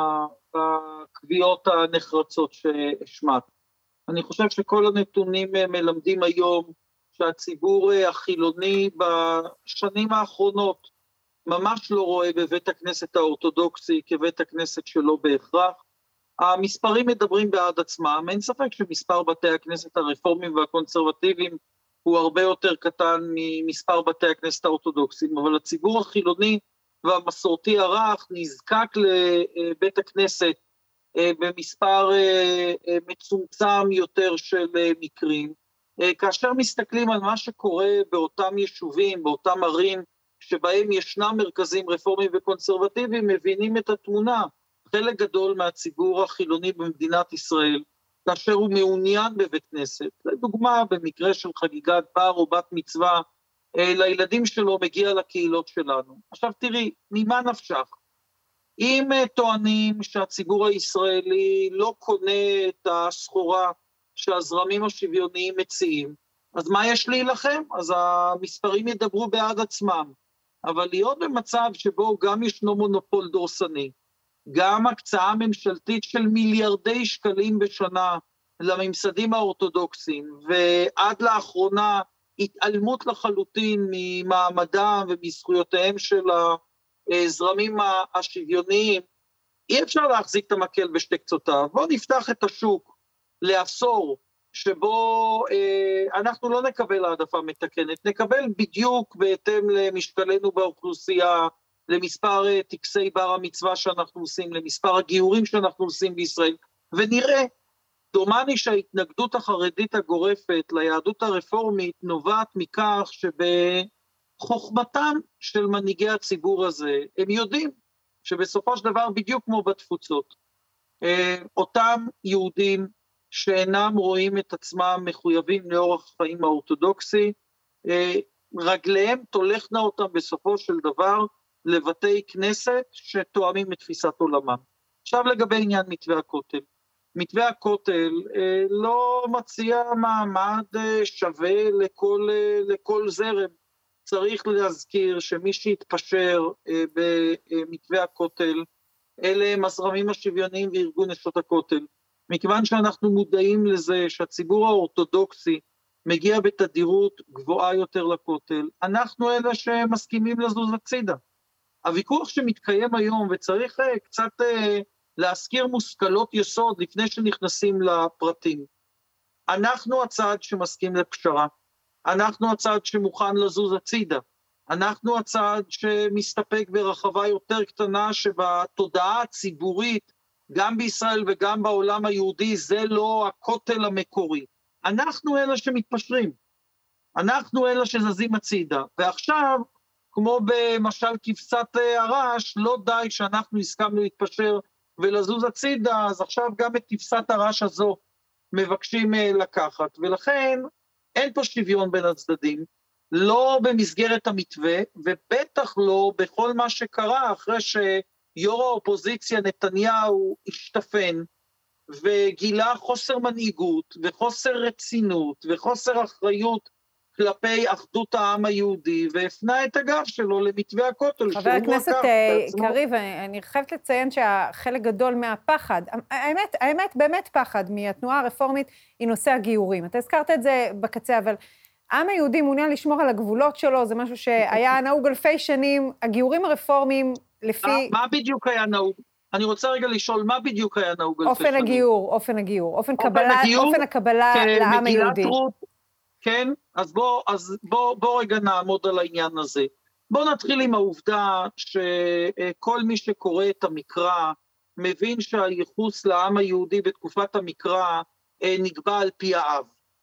בקביעות הנחרצות שהשמעת. אני חושב שכל הנתונים מלמדים היום שהציבור החילוני בשנים האחרונות ממש לא רואה בבית הכנסת האורתודוקסי כבית הכנסת שלו בהכרח. המספרים מדברים בעד עצמם, אין ספק שמספר בתי הכנסת הרפורמיים והקונסרבטיביים הוא הרבה יותר קטן ממספר בתי הכנסת האורתודוקסיים, אבל הציבור החילוני והמסורתי הרך נזקק לבית הכנסת במספר מצומצם יותר של מקרים. כאשר מסתכלים על מה שקורה באותם יישובים, באותם ערים, שבהם ישנם מרכזים רפורמיים וקונסרבטיביים, מבינים את התמונה. חלק גדול מהציבור החילוני במדינת ישראל, כאשר הוא מעוניין בבית כנסת, לדוגמה במקרה של חגיגת בר או בת מצווה, לילדים שלו מגיע לקהילות שלנו. עכשיו תראי, ממה נפשך? אם טוענים שהציבור הישראלי לא קונה את הסחורה שהזרמים השוויוניים מציעים, אז מה יש להילחם? אז המספרים ידברו בעד עצמם. אבל להיות במצב שבו גם ישנו מונופול דורסני, גם הקצאה ממשלתית של מיליארדי שקלים בשנה לממסדים האורתודוקסיים, ועד לאחרונה התעלמות לחלוטין ממעמדם ומזכויותיהם של הזרמים השוויוניים, אי אפשר להחזיק את המקל בשתי קצותיו, בואו נפתח את השוק לעשור, שבו אה, אנחנו לא נקבל העדפה מתקנת, נקבל בדיוק בהתאם למשקלנו באוכלוסייה, למספר אה, טקסי בר המצווה שאנחנו עושים, למספר הגיורים שאנחנו עושים בישראל, ונראה, דומני שההתנגדות החרדית הגורפת ליהדות הרפורמית נובעת מכך שבחוכמתם של מנהיגי הציבור הזה, הם יודעים שבסופו של דבר בדיוק כמו בתפוצות, אה, אותם יהודים שאינם רואים את עצמם מחויבים לאורח החיים האורתודוקסי, אה, רגליהם תולכנה אותם בסופו של דבר לבתי כנסת שתואמים את תפיסת עולמם. עכשיו לגבי עניין מתווה הכותל. מתווה הכותל אה, לא מציע מעמד אה, שווה לכל, אה, לכל זרם. צריך להזכיר שמי שהתפשר אה, במתווה הכותל, אלה הם הזרמים השוויוניים וארגון נשות הכותל. מכיוון שאנחנו מודעים לזה שהציבור האורתודוקסי מגיע בתדירות גבוהה יותר לכותל, אנחנו אלה שמסכימים לזוז הצידה. הוויכוח שמתקיים היום, וצריך uh, קצת uh, להזכיר מושכלות יסוד לפני שנכנסים לפרטים, אנחנו הצד שמסכים לפשרה, אנחנו הצד שמוכן לזוז הצידה, אנחנו הצד שמסתפק ברחבה יותר קטנה שבתודעה הציבורית, גם בישראל וגם בעולם היהודי, זה לא הכותל המקורי. אנחנו אלה שמתפשרים, אנחנו אלה שזזים הצידה, ועכשיו, כמו במשל כבשת הרש, לא די שאנחנו הסכמנו להתפשר ולזוז הצידה, אז עכשיו גם את כבשת הרש הזו מבקשים לקחת, ולכן אין פה שוויון בין הצדדים, לא במסגרת המתווה, ובטח לא בכל מה שקרה אחרי ש... יו"ר האופוזיציה נתניהו השתפן וגילה חוסר מנהיגות וחוסר רצינות וחוסר אחריות כלפי אחדות העם היהודי, והפנה את הגב שלו למתווה הכותל. חבר הכנסת קריב, אני חייבת לציין שהחלק גדול מהפחד, האמת, האמת באמת פחד מהתנועה הרפורמית היא נושא הגיורים. אתה הזכרת את זה בקצה, אבל העם היהודי מעוניין לשמור על הגבולות שלו, זה משהו שהיה נהוג אלפי שנים, הגיורים הרפורמיים לפי... מה בדיוק היה נהוג? אני רוצה רגע לשאול, מה בדיוק היה נהוג אלפי שנים? אופן הגיור, אופן הגיור, אופן קבלה, אופן הקבלה לעם היהודי. כן, אז בוא, אז בוא, בוא רגע נעמוד על העניין הזה. בוא נתחיל עם העובדה שכל מי שקורא את המקרא, מבין שהייחוס לעם היהודי בתקופת המקרא נקבע על פי האב.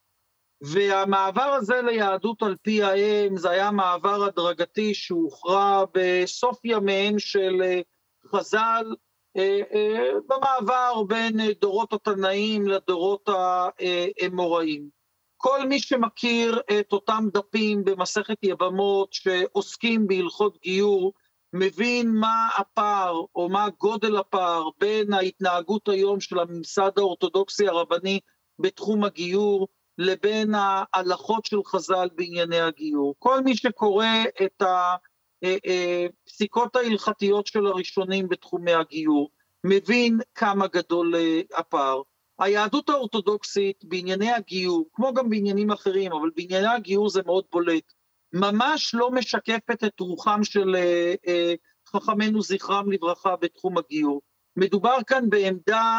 והמעבר הזה ליהדות על פי האם, זה היה מעבר הדרגתי שהוכרע בסוף ימיהם של חז"ל, במעבר בין דורות התנאים לדורות האמוראים. כל מי שמכיר את אותם דפים במסכת יבמות שעוסקים בהלכות גיור, מבין מה הפער או מה גודל הפער בין ההתנהגות היום של הממסד האורתודוקסי הרבני בתחום הגיור, לבין ההלכות של חז"ל בענייני הגיור. כל מי שקורא את הפסיקות ההלכתיות של הראשונים בתחומי הגיור, מבין כמה גדול הפער. היהדות האורתודוקסית בענייני הגיור, כמו גם בעניינים אחרים, אבל בענייני הגיור זה מאוד בולט, ממש לא משקפת את רוחם של חכמינו זכרם לברכה בתחום הגיור. מדובר כאן בעמדה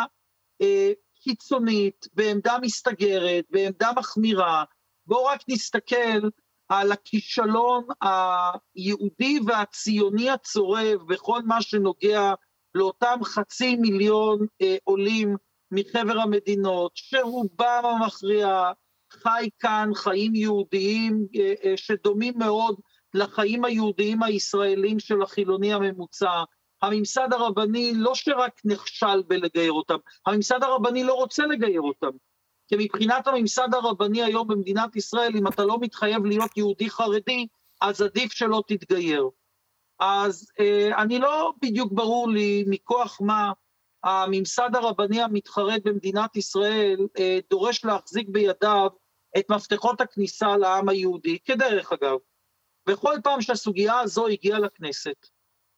קיצונית, בעמדה מסתגרת, בעמדה מחמירה. בואו רק נסתכל על הכישלון היהודי והציוני הצורב בכל מה שנוגע לאותם חצי מיליון אה, עולים מחבר המדינות, שרובם המכריע חי כאן חיים יהודיים אה, אה, שדומים מאוד לחיים היהודיים הישראלים של החילוני הממוצע. הממסד הרבני לא שרק נכשל בלגייר אותם, הממסד הרבני לא רוצה לגייר אותם. כי מבחינת הממסד הרבני היום במדינת ישראל, אם אתה לא מתחייב להיות יהודי חרדי, אז עדיף שלא תתגייר. אז אה, אני לא בדיוק ברור לי מכוח מה הממסד הרבני המתחרד במדינת ישראל אה, דורש להחזיק בידיו את מפתחות הכניסה לעם היהודי, כדרך אגב. בכל פעם שהסוגיה הזו הגיעה לכנסת,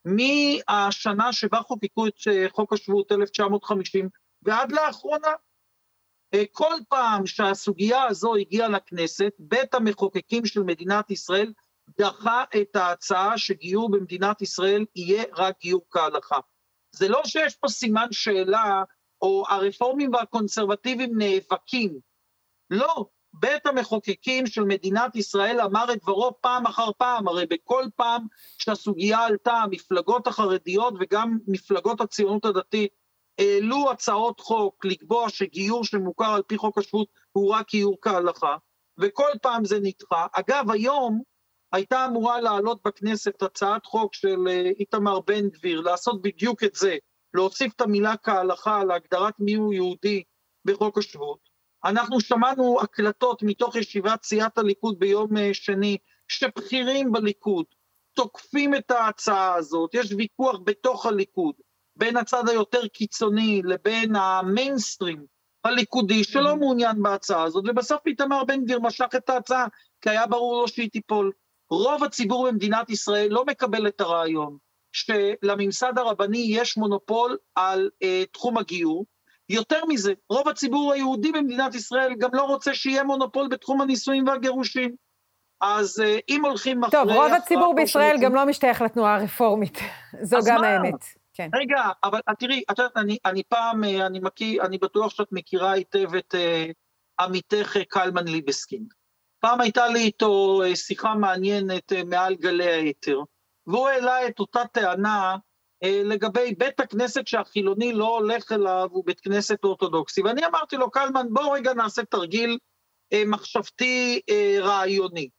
מהשנה שבה חוקקו את חוק השבות אלף תשע מאות חמישים ועד לאחרונה, כל פעם שהסוגיה הזו הגיעה לכנסת, בית המחוקקים של מדינת ישראל דחה את ההצעה שגיור במדינת ישראל יהיה רק גיור כהלכה. זה לא שיש פה סימן שאלה, או הרפורמים והקונסרבטיבים נאבקים. לא, בית המחוקקים של מדינת ישראל אמר את דברו פעם אחר פעם, הרי בכל פעם שהסוגיה עלתה, המפלגות החרדיות וגם מפלגות הציונות הדתית, העלו הצעות חוק לקבוע שגיור שמוכר על פי חוק השבות הוא רק גיור כהלכה, וכל פעם זה נדחה. אגב, היום הייתה אמורה לעלות בכנסת הצעת חוק של איתמר בן גביר, לעשות בדיוק את זה, להוסיף את המילה כהלכה להגדרת מיהו יהודי בחוק השבות. אנחנו שמענו הקלטות מתוך ישיבת סיעת הליכוד ביום שני, שבכירים בליכוד תוקפים את ההצעה הזאת, יש ויכוח בתוך הליכוד, בין הצד היותר קיצוני לבין המיינסטרים הליכודי שלא מעוניין בהצעה הזאת, ובסוף איתמר בן גביר משך את ההצעה, כי היה ברור לו שהיא תיפול. רוב הציבור במדינת ישראל לא מקבל את הרעיון, שלממסד הרבני יש מונופול על uh, תחום הגיור, יותר מזה, רוב הציבור היהודי במדינת ישראל גם לא רוצה שיהיה מונופול בתחום הנישואים והגירושים. אז uh, אם הולכים אחרי... טוב, רוב הציבור בישראל גם לא משתייך לתנועה הרפורמית, זו גם האמת. כן. רגע, אבל תראי, את יודעת, אני, אני פעם, אני, מכיר, אני בטוח שאת מכירה היטב את uh, עמיתך קלמן ליבסקינד. פעם הייתה לי איתו uh, שיחה מעניינת uh, מעל גלי היתר, והוא העלה את אותה טענה uh, לגבי בית הכנסת שהחילוני לא הולך אליו, הוא בית כנסת אורתודוקסי, ואני אמרתי לו, קלמן, בוא רגע נעשה תרגיל uh, מחשבתי uh, רעיוני.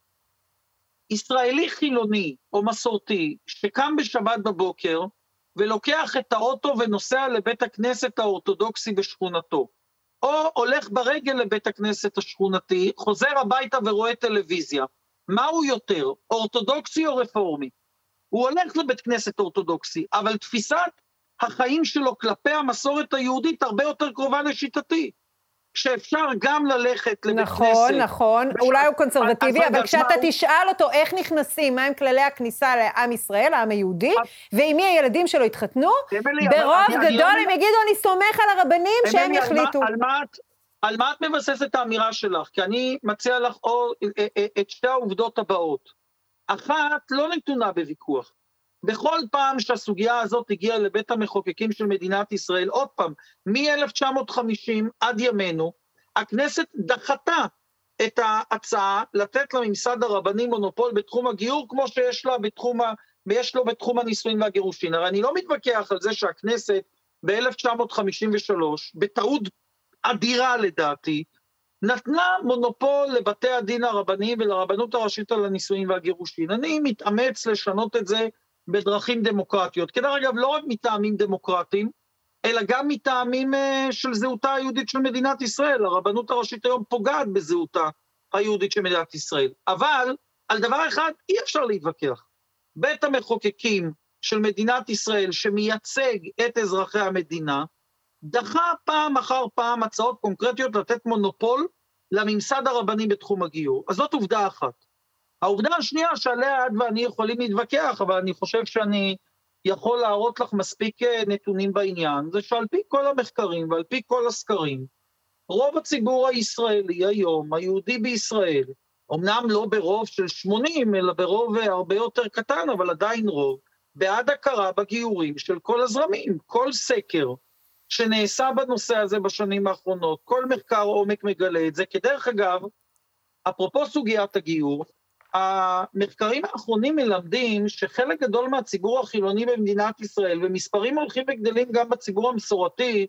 ישראלי חילוני או מסורתי שקם בשבת בבוקר, ולוקח את האוטו ונוסע לבית הכנסת האורתודוקסי בשכונתו, או הולך ברגל לבית הכנסת השכונתי, חוזר הביתה ורואה טלוויזיה. מה הוא יותר, אורתודוקסי או רפורמי? הוא הולך לבית כנסת אורתודוקסי, אבל תפיסת החיים שלו כלפי המסורת היהודית הרבה יותר קרובה לשיטתי, שאפשר גם ללכת לבית נכון, כנסת. נכון, נכון, אולי הוא קונסרבטיבי, אבל כשאתה תשאל אותו איך נכנסים, מהם כללי הכניסה לעם ישראל, העם היהודי, ועם מי הילדים שלו התחתנו, ברוב גדול הם יגידו, אני סומך על הרבנים שהם יחליטו. על מה את מבססת את האמירה שלך? כי אני מציע לך את שתי העובדות הבאות. אחת לא נתונה בוויכוח. בכל פעם שהסוגיה הזאת הגיעה לבית המחוקקים של מדינת ישראל, עוד פעם, מ-אלף תשע מאות וחמישים עד ימינו, הכנסת דחתה את ההצעה לתת לממסד הרבני מונופול בתחום הגיור, כמו שיש לה בתחום, יש לו בתחום הנישואין והגירושין. הרי אני לא מתווכח על זה שהכנסת ב-אלף תשע מאות חמישים ושלוש, בטעות אדירה לדעתי, נתנה מונופול לבתי הדין הרבניים ולרבנות הראשית על הנישואין והגירושין. אני מתאמץ לשנות את זה בדרכים דמוקרטיות. כדרך אגב, לא רק מטעמים דמוקרטיים, אלא גם מטעמים uh, של זהותה היהודית של מדינת ישראל. הרבנות הראשית היום פוגעת בזהותה היהודית של מדינת ישראל. אבל על דבר אחד אי אפשר להתווכח. בית המחוקקים של מדינת ישראל, שמייצג את אזרחי המדינה, דחה פעם אחר פעם הצעות קונקרטיות לתת מונופול לממסד הרבני בתחום הגיור. אז זאת עובדה אחת. העובדה השנייה שעליה את ואני יכולים להתווכח, אבל אני חושב שאני יכול להראות לך מספיק נתונים בעניין, זה שעל פי כל המחקרים ועל פי כל הסקרים, רוב הציבור הישראלי היום, היהודי בישראל, אמנם לא ברוב של שמונים, אלא ברוב הרבה יותר קטן, אבל עדיין רוב, בעד הכרה בגיורים של כל הזרמים. כל סקר שנעשה בנושא הזה בשנים האחרונות, כל מחקר עומק מגלה את זה, כדרך אגב, אפרופו סוגיית הגיור, המחקרים האחרונים מלמדים שחלק גדול מהציבור החילוני במדינת ישראל, ומספרים הולכים וגדלים גם בציבור המסורתי,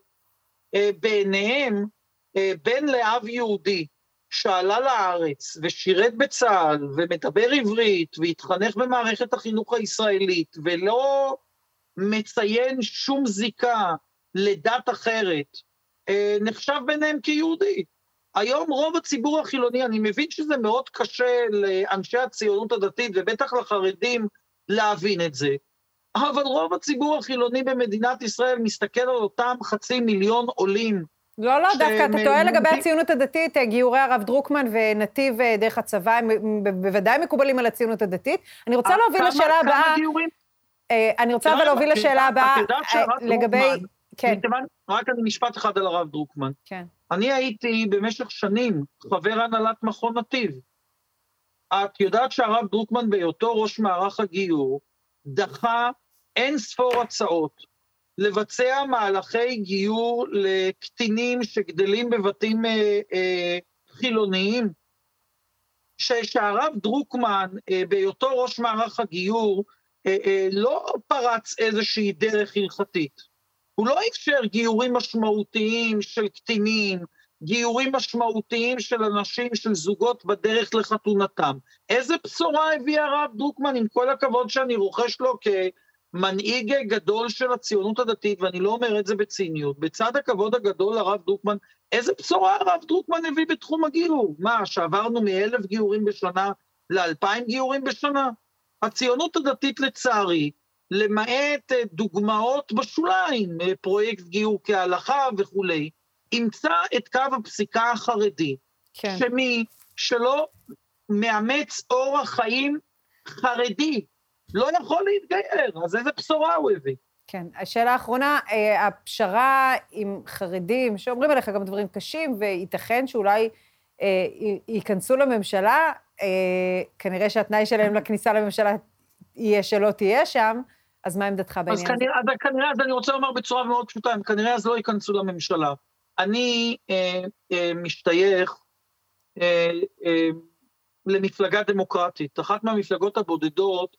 בעיניהם בן לאב יהודי שעלה לארץ ושירת בצה"ל ומדבר עברית והתחנך במערכת החינוך הישראלית ולא מציין שום זיקה לדת אחרת, נחשב ביניהם כיהודי. היום רוב הציבור החילוני, אני מבין שזה מאוד קשה לאנשי הציונות הדתית ובטח לחרדים להבין את זה, אבל רוב הציבור החילוני במדינת ישראל מסתכל על אותם חצי מיליון עולים. לא, לא, דווקא אתה טועה לגבי הציונות הדתית, גיורי הרב דרוקמן ונתיב דרך הצבא, הם בוודאי מקובלים על הציונות הדתית. אני רוצה להוביל לשאלה הבאה, אני רוצה להוביל לשאלה הבאה לגבי... כן. רק אני משפט אחד על הרב דרוקמן. כן. אני הייתי במשך שנים חבר הנהלת מכון נתיב. את יודעת שהרב דרוקמן בהיותו ראש מערך הגיור, דחה אין ספור הצעות לבצע מהלכי גיור לקטינים שגדלים בבתים אה, אה, חילוניים, שהרב דרוקמן, אה, בהיותו ראש מערך הגיור, אה, אה, לא פרץ איזושהי דרך הלכתית. הוא לא אפשר גיורים משמעותיים של קטינים, גיורים משמעותיים של אנשים, של זוגות בדרך לחתונתם. איזה בשורה הביא הרב דרוקמן, עם כל הכבוד שאני רוכש לו כמנהיג גדול של הציונות הדתית, ואני לא אומר את זה בציניות, בצד הכבוד הגדול הרב דרוקמן, איזה בשורה הרב דרוקמן הביא בתחום הגיור? מה, שעברנו מאלף גיורים בשנה לאלפיים גיורים בשנה? הציונות הדתית לצערי, למעט דוגמאות בשוליים, פרויקט גיור כהלכה וכולי, ימצא את קו הפסיקה החרדי, כן. שמי שלא מאמץ אורח חיים חרדי, לא יכול להתגייר, אז איזה בשורה הוא הביא? כן, השאלה האחרונה, הפשרה עם חרדים, שאומרים עליך גם דברים קשים, וייתכן שאולי אה, ייכנסו לממשלה, אה, כנראה שהתנאי שלהם לכניסה לממשלה יהיה שלא תהיה שם, אז מה עמדתך בעניין הזה? אז כנראה, אז כנראה, אז אני רוצה לומר בצורה מאוד פשוטה, הם כנראה אז לא ייכנסו לממשלה. אני אה, אה, משתייך אה, אה, למפלגה דמוקרטית, אחת מהמפלגות הבודדות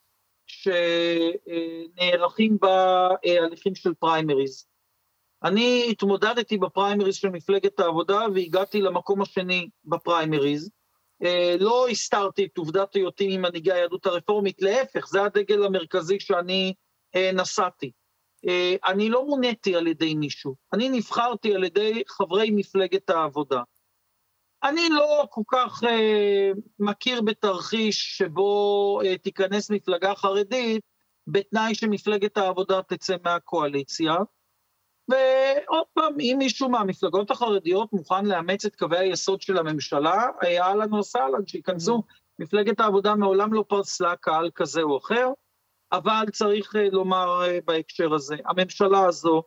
שנערכים בה אה, הליכים של פריימריז. אני התמודדתי בפריימריז של מפלגת העבודה והגעתי למקום השני בפריימריז. אה, לא הסתרתי את עובדת היותי ממנהיגי היהדות הרפורמית, להפך, זה הדגל המרכזי שאני אה, נסעתי. אני לא מוניתי על ידי מישהו, אני נבחרתי על ידי חברי מפלגת העבודה. אני לא כל כך uh, מכיר בתרחיש שבו uh, תיכנס מפלגה חרדית, בתנאי שמפלגת העבודה תצא מהקואליציה, ועוד פעם, אם מישהו מהמפלגות החרדיות מוכן לאמץ את קווי היסוד של הממשלה, היה לנו סלן שיכנסו, מפלגת העבודה מעולם לא פרסלה קהל כזה או אחר, אבל צריך לומר בהקשר הזה, הממשלה הזו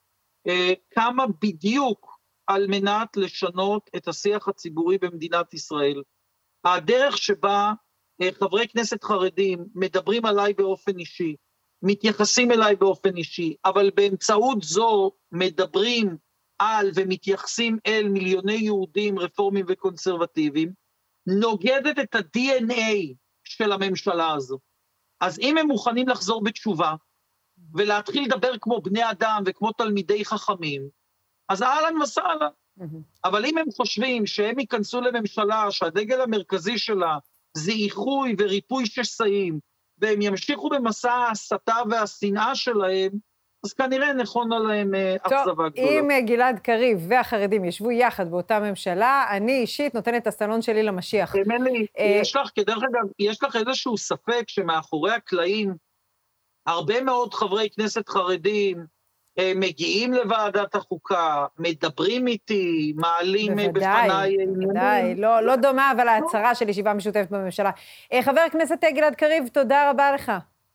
קמה בדיוק על מנת לשנות את השיח הציבורי במדינת ישראל. הדרך שבה חברי כנסת חרדים מדברים עליי באופן אישי, מתייחסים אליי באופן אישי, אבל באמצעות זו מדברים על ומתייחסים אל מיליוני יהודים רפורמים וקונסרבטיביים, נוגדת את ה-די אן איי של הממשלה הזו. אז אם הם מוכנים לחזור בתשובה, ולהתחיל לדבר כמו בני אדם וכמו תלמידי חכמים, אז אהלן וסהלן. אבל אם הם חושבים שהם ייכנסו לממשלה, שהדגל המרכזי שלה זה איחוי וריפוי שסעים, והם ימשיכו במסע ההסתה והשנאה שלהם, אז כנראה נכון עליהם אכזבה גדולה. אם גלעד קריב והחרדים ישבו יחד באותה ממשלה, אני אישית נותנת את הסלון שלי למשיח. אמילי, יש לך, כדרך אגב, יש לך איזשהו ספק שמאחורי הקלעים, הרבה מאוד חברי כנסת חרדים, מגיעים לוועדת החוקה, מדברים איתי, מעלים בפניי... בוודאי, לא, לא דומה, אבל ההצהרה של ישיבה משותפת בממשלה. חבר הכנסת גלעד קריב, תודה רבה לך.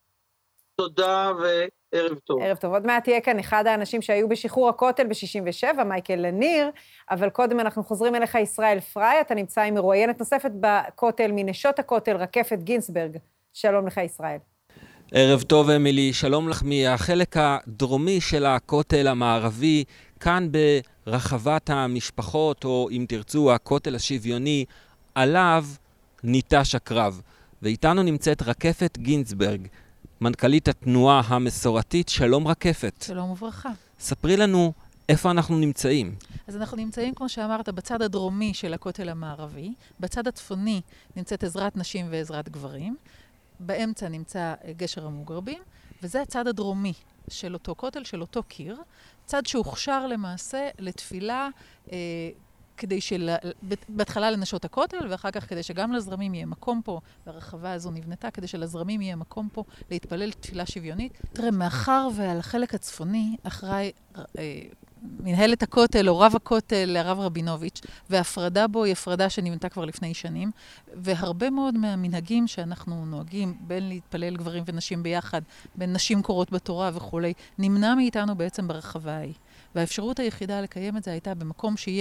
תודה וערב טוב. ערב טוב. עוד מעט תהיה כאן אחד האנשים שהיו בשחרור הכותל ב-שישים ושבע, מייקל לניר, אבל קודם אנחנו חוזרים אליך, ישראל פריי, אתה נמצא עם מרואיינת נוספת בכותל, מנשות הכותל, רקפת גינסברג. שלום לך, ישראל. ערב טוב, אמילי, שלום לך מהחלק הדרומי של הכותל המערבי, כאן ברחבת המשפחות, או אם תרצו, הכותל השוויוני, עליו ניטש הקרב. ואיתנו נמצאת רקפת גינסברג, מנכ"לית התנועה המסורתית. שלום רקפת. שלום וברכה. ספרי לנו איפה אנחנו נמצאים. אז אנחנו נמצאים, כמו שאמרת, בצד הדרומי של הכותל המערבי. בצד הצפוני נמצאת עזרת נשים ועזרת גברים. באמצע נמצא גשר המוגרבים, וזה הצד הדרומי של אותו כותל, של אותו קיר, צד שהוכשר למעשה לתפילה, אה, כדי של... בהתחלה לנשות הכותל, ואחר כך כדי שגם לזרמים יהיה מקום פה, והרחבה הזו נבנתה, כדי שלזרמים יהיה מקום פה להתפלל תפילה שוויונית. תראה, מאחר ועל החלק הצפוני, אחראי אה, מנהלת הכותל או רב הכותל, הרב רבינוביץ', והפרדה בו היא הפרדה שנבנתה כבר לפני שנים, והרבה מאוד מהמנהגים שאנחנו נוהגים, בין להתפלל גברים ונשים ביחד, בין נשים קורות בתורה וכולי, נמנע מאיתנו בעצם ברחבה ההיא. והאפשרות היחידה לקיים את זה הייתה במקום שיהיה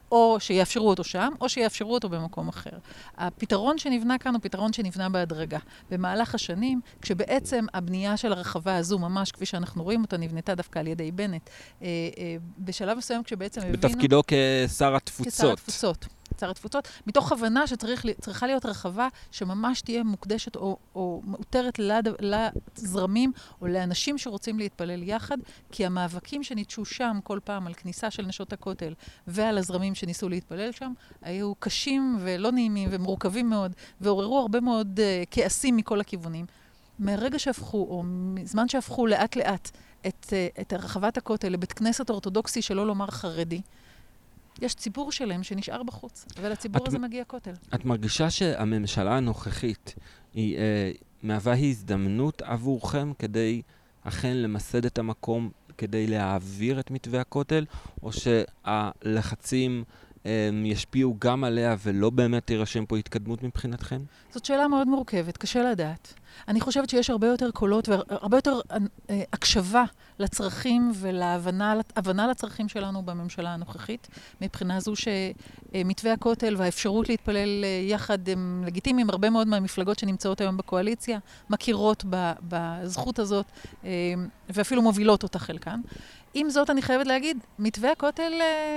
או שיאפשרו אותו שם, או שיאפשרו אותו במקום אחר. הפתרון שנבנה כאן הוא פתרון שנבנה בהדרגה. במהלך השנים, כשבעצם הבנייה של הרחבה הזו, ממש כפי שאנחנו רואים אותה, נבנתה דווקא על ידי בנט, אה, אה, בשלב מסוים כשבעצם הבינו... בתפקידו כשר התפוצות. כשר התפוצות. שר התפוצות, מתוך הבנה שצריכה להיות רחבה שממש תהיה מוקדשת או, או מאותרת לד, לזרמים או לאנשים שרוצים להתפלל יחד, כי המאבקים שניטשו שם כל פעם על כניסה של נשות הכותל ועל הזרמים שניסו להתפלל שם, היו קשים ולא נעימים ומורכבים מאוד, ועוררו הרבה מאוד uh, כעסים מכל הכיוונים. מהרגע שהפכו, או מזמן שהפכו לאט לאט את, uh, את רחבת הכותל לבית כנסת אורתודוקסי, שלא לומר חרדי, יש ציבור שלם שנשאר בחוץ, ולציבור את, הזה מגיע כותל. את מרגישה שהממשלה הנוכחית היא אה, מהווה הזדמנות עבורכם כדי אכן למסד את המקום, כדי להעביר את מתווה הכותל, או שהלחצים אה, ישפיעו גם עליה ולא באמת תירשם פה התקדמות מבחינתכם? זאת שאלה מאוד מורכבת, קשה לדעת. אני חושבת שיש הרבה יותר קולות והרבה יותר אה, הקשבה לצרכים ולהבנה לצרכים שלנו בממשלה הנוכחית, מבחינה זו שמתווה הכותל והאפשרות להתפלל יחד הם לגיטימיים. הרבה מאוד מהמפלגות שנמצאות היום בקואליציה מכירות בזכות הזאת ואפילו מובילות אותה חלקן. עם זאת, אני חייבת להגיד, מתווה הכותל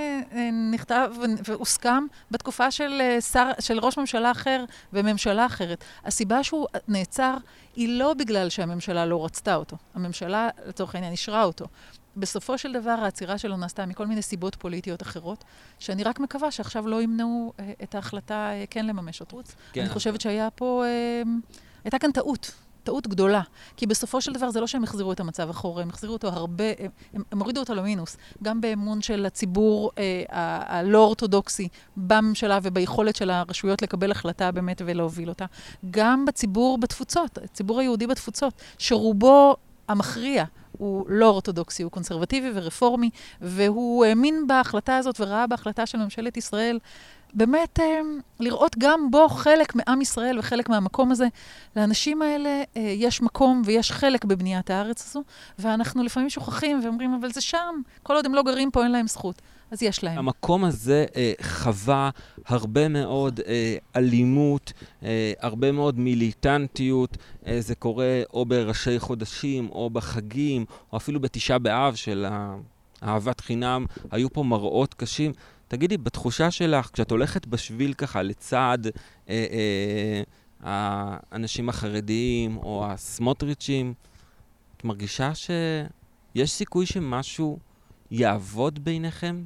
נכתב והוסכם בתקופה של, שר, של ראש ממשלה אחר וממשלה אחרת. הסיבה שהוא נעצר היא לא בגלל שהממשלה לא רצתה אותו. הממשלה, לצורך העניין, אישרה אותו. בסופו של דבר, העצירה שלו נעשתה מכל מיני סיבות פוליטיות אחרות, שאני רק מקווה שעכשיו לא ימנעו את ההחלטה כן לממש אותו. כן. אני חושבת שהיה פה, הייתה כאן טעות. טעות גדולה, כי בסופו של דבר זה לא שהם החזירו את המצב אחורה, הם החזירו אותו הרבה, הם, הם הורידו אותו למינוס, גם באמון של הציבור אה, הלא אורתודוקסי בממשלה וביכולת של הרשויות לקבל החלטה באמת ולהוביל אותה, גם בציבור בתפוצות, הציבור היהודי בתפוצות, שרובו המכריע הוא לא אורתודוקסי, הוא קונסרבטיבי ורפורמי, והוא האמין בהחלטה הזאת וראה בהחלטה של ממשלת ישראל, באמת לראות גם בו חלק מעם ישראל וחלק מהמקום הזה. לאנשים האלה יש מקום ויש חלק בבניית הארץ הזו, ואנחנו לפעמים שוכחים ואומרים, אבל זה שם, כל עוד הם לא גרים פה אין להם זכות. אז יש להם. המקום הזה אה, חווה הרבה מאוד אה, אלימות, אה, הרבה מאוד מיליטנטיות. אה, זה קורה או בראשי חודשים, או בחגים, או אפילו בתשעה באב של אהבת חינם. היו פה מראות קשים. תגידי, בתחושה שלך, כשאת הולכת בשביל ככה לצד אה, אה, האנשים החרדיים או הסמוטריצ'ים, את מרגישה שיש סיכוי שמשהו יעבוד ביניכם?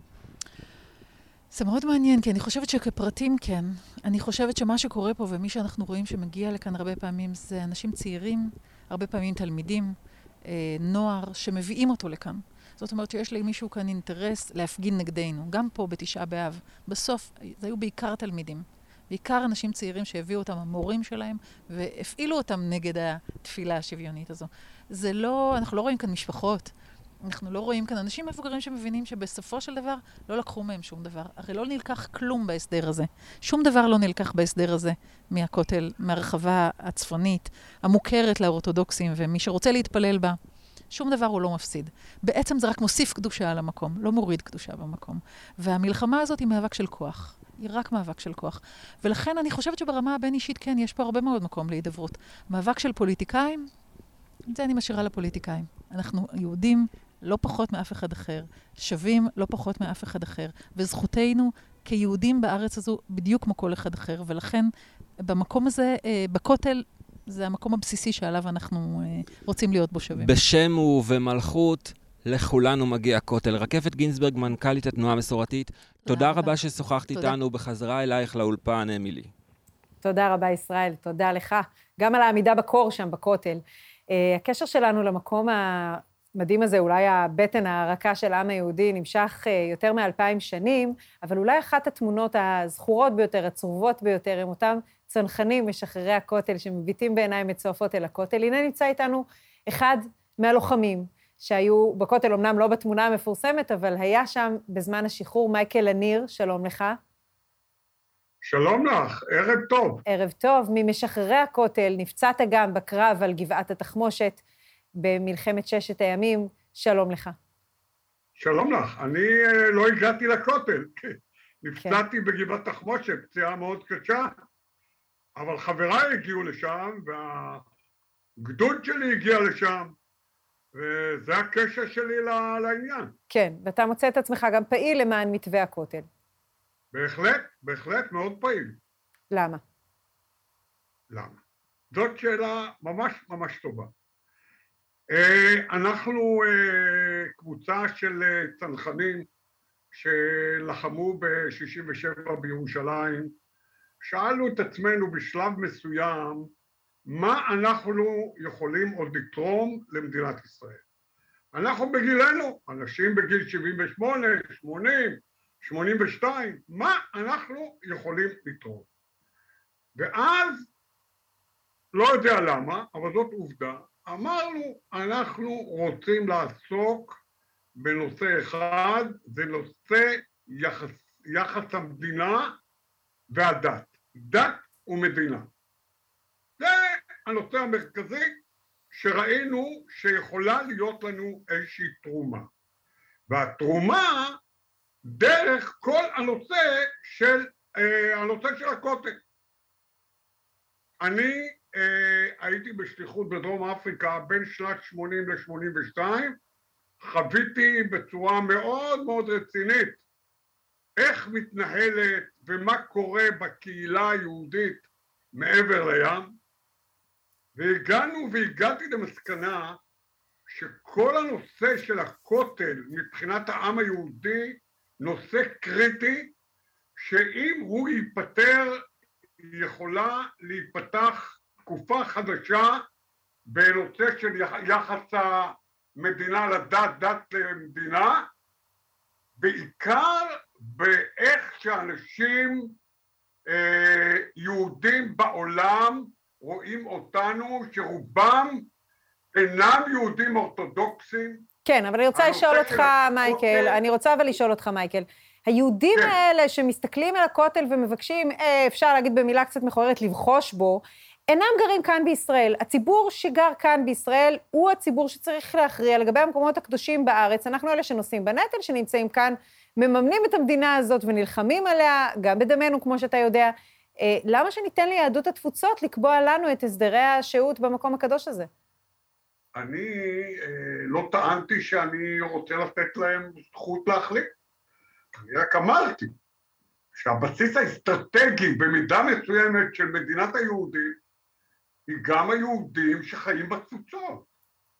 זה מאוד מעניין, כי אני חושבת שכפרטים כן. אני חושבת שמה שקורה פה, ומי שאנחנו רואים שמגיע לכאן הרבה פעמים, זה אנשים צעירים, הרבה פעמים תלמידים, אה, נוער, שמביאים אותו לכאן. זאת אומרת שיש למישהו כאן אינטרס להפגין נגדנו, גם פה בתשעה באב. בסוף, זה היו בעיקר תלמידים. בעיקר אנשים צעירים שהביאו אותם, המורים שלהם, והפעילו אותם נגד התפילה השוויונית הזו. זה לא, אנחנו לא רואים כאן משפחות, אנחנו לא רואים כאן אנשים מבוגרים שמבינים שבסופו של דבר לא לקחו מהם שום דבר. הרי לא נלקח כלום בהסדר הזה. שום דבר לא נלקח בהסדר הזה מהכותל, מהרחבה הצפונית, המוכרת לאורתודוקסים, ומי שרוצה להתפלל בה. שום דבר הוא לא מפסיד. בעצם זה רק מוסיף קדושה על המקום, לא מוריד קדושה במקום. והמלחמה הזאת היא מאבק של כוח. היא רק מאבק של כוח. ולכן אני חושבת שברמה הבין אישית, כן, יש פה הרבה מאוד מקום להידברות. מאבק של פוליטיקאים, את זה אני משאירה לפוליטיקאים. אנחנו יהודים לא פחות מאף אחד אחר, שווים לא פחות מאף אחד אחר, וזכותנו כיהודים בארץ הזו בדיוק כמו כל אחד אחר, ולכן במקום הזה, בכותל, זה המקום הבסיסי שעליו אנחנו רוצים להיות בו שווים. בשם ובמלכות, לכולנו מגיע הכותל. רקפת גינסברג, מנכ"לית התנועה המסורתית, תודה רבה ששוחחת איתנו, בחזרה אלייך לאולפן, אמילי. תודה רבה, ישראל, תודה לך. גם על העמידה בקור שם, בכותל. הקשר שלנו למקום המדהים הזה, אולי הבטן הרכה של העם היהודי, נמשך יותר מאלפיים שנים, אבל אולי אחת התמונות הזכורות ביותר, הצרובות ביותר, הם אותם צנחנים משחררי הכותל, שמביטים בעיניים מצועפות אל הכותל. הנה נמצא איתנו אחד מהלוחמים שהיו בכותל, אמנם לא בתמונה המפורסמת, אבל היה שם בזמן השחרור. מייקל לניר, שלום לך. שלום לך, ערב טוב. ערב טוב, ממשחררי הכותל, נפצעת גם בקרב על גבעת התחמושת במלחמת ששת הימים, שלום לך. שלום לך, אני לא הגעתי לכותל, נפצעתי כן. בגבעת תחמושת, פציעה מאוד קשה, אבל חבריי הגיעו לשם, והגדוד שלי הגיע לשם, וזה הקשר שלי לעניין. כן, ואתה מוצא את עצמך גם פעיל למען מתווה הכותל. בהחלט, בהחלט, מאוד פעיל. למה? למה? זאת שאלה ממש ממש טובה. אנחנו קבוצה של צנחנים שלחמו ב-שישים ושבע בירושלים, שאלנו את עצמנו בשלב מסוים, מה אנחנו יכולים עוד לתרום למדינת ישראל? אנחנו בגילנו, אנשים בגיל שבעים ושמונה, שמונים, שמונים ושתיים, מה אנחנו יכולים לתרום? ואז, לא יודע למה, אבל זאת עובדה, אמרנו, אנחנו רוצים לעסוק בנושא אחד, זה נושא יחס, יחס המדינה והדת, דת ומדינה. זה הנושא המרכזי שראינו שיכולה להיות לנו איזושהי תרומה. והתרומה דרך כל הנושא של, אה, הנושא של הכותל. אני אה, הייתי בשליחות בדרום אפריקה בין שנת שמונים ל-שמונים ושתיים, חוויתי בצורה מאוד מאוד רצינית איך מתנהלת ומה קורה בקהילה היהודית מעבר לים, והגענו והגעתי למסקנה שכל הנושא של הכותל מבחינת העם היהודי נושא קריטי, שאם הוא ייפטר יכולה להיפתח תקופה חדשה בנושא של יחס המדינה לדת, דת למדינה, בעיקר באיך שאנשים אה, יהודים בעולם רואים אותנו, שרובם אינם יהודים אורתודוקסים. כן, אבל אני רוצה לשאול אותך, מייקל, אני רוצה אבל לשאול אותך, מייקל, היהודים כן. האלה שמסתכלים על הכותל ומבקשים, אה, אפשר להגיד במילה קצת מכוערת, לבחוש בו, אינם גרים כאן בישראל. הציבור שגר כאן בישראל הוא הציבור שצריך להכריע לגבי המקומות הקדושים בארץ. אנחנו אלה שנושאים בנטל, שנמצאים כאן, מממנים את המדינה הזאת ונלחמים עליה, גם בדמנו, כמו שאתה יודע. אה, למה שניתן ליהדות התפוצות לקבוע לנו את הסדרי השהות במקום הקדוש הזה? אני אה, לא טענתי שאני רוצה לתת להם זכות להחליט. אני רק אמרתי שהבסיס האסטרטגי במידה מסוימת של מדינת היהודים היא גם היהודים שחיים בתפוצות.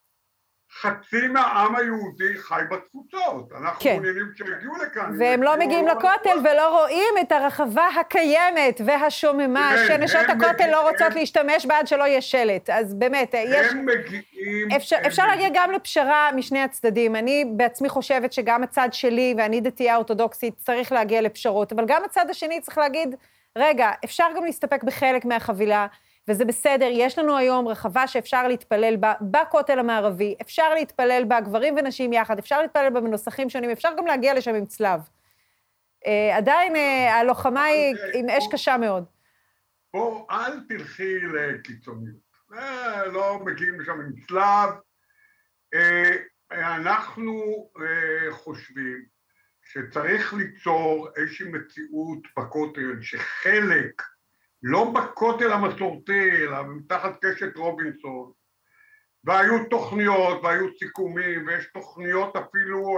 חצי מהעם היהודי חי בתפוצות. אנחנו כן. מעוניינים שיגיעו לכאן. והם לא מגיעים לכותל ולא רואים את הרחבה הקיימת והשוממה, כן, שנשות הכותל מגיע, לא רוצות הם... להשתמש בעד שלא יש שלט. אז באמת, יש... הם מגיעים... אפשר, הם אפשר להגיע גם לפשרה משני הצדדים. אני בעצמי חושבת שגם הצד שלי, ואני דתייה אורתודוקסית, צריך להגיע לפשרות, אבל גם הצד השני צריך להגיד, רגע, אפשר גם להסתפק בחלק מהחבילה, וזה בסדר, יש לנו היום רחבה שאפשר להתפלל בה, בכותל המערבי, אפשר להתפלל בה גברים ונשים יחד, אפשר להתפלל בה בנוסחים שונים, אפשר גם להגיע לשם עם צלב. אה, עדיין אה, הלוחמה היא עם אש קשה מאוד. בוא, אל תלכי לקיצוניות. אה, לא מגיעים לשם עם צלב. אה, אנחנו אה, חושבים שצריך ליצור איזושהי מציאות בכותל, שחלק, לא בכותל המסורתי, אלא מתחת קשת רובינסון, והיו תוכניות והיו סיכומים, ויש תוכניות אפילו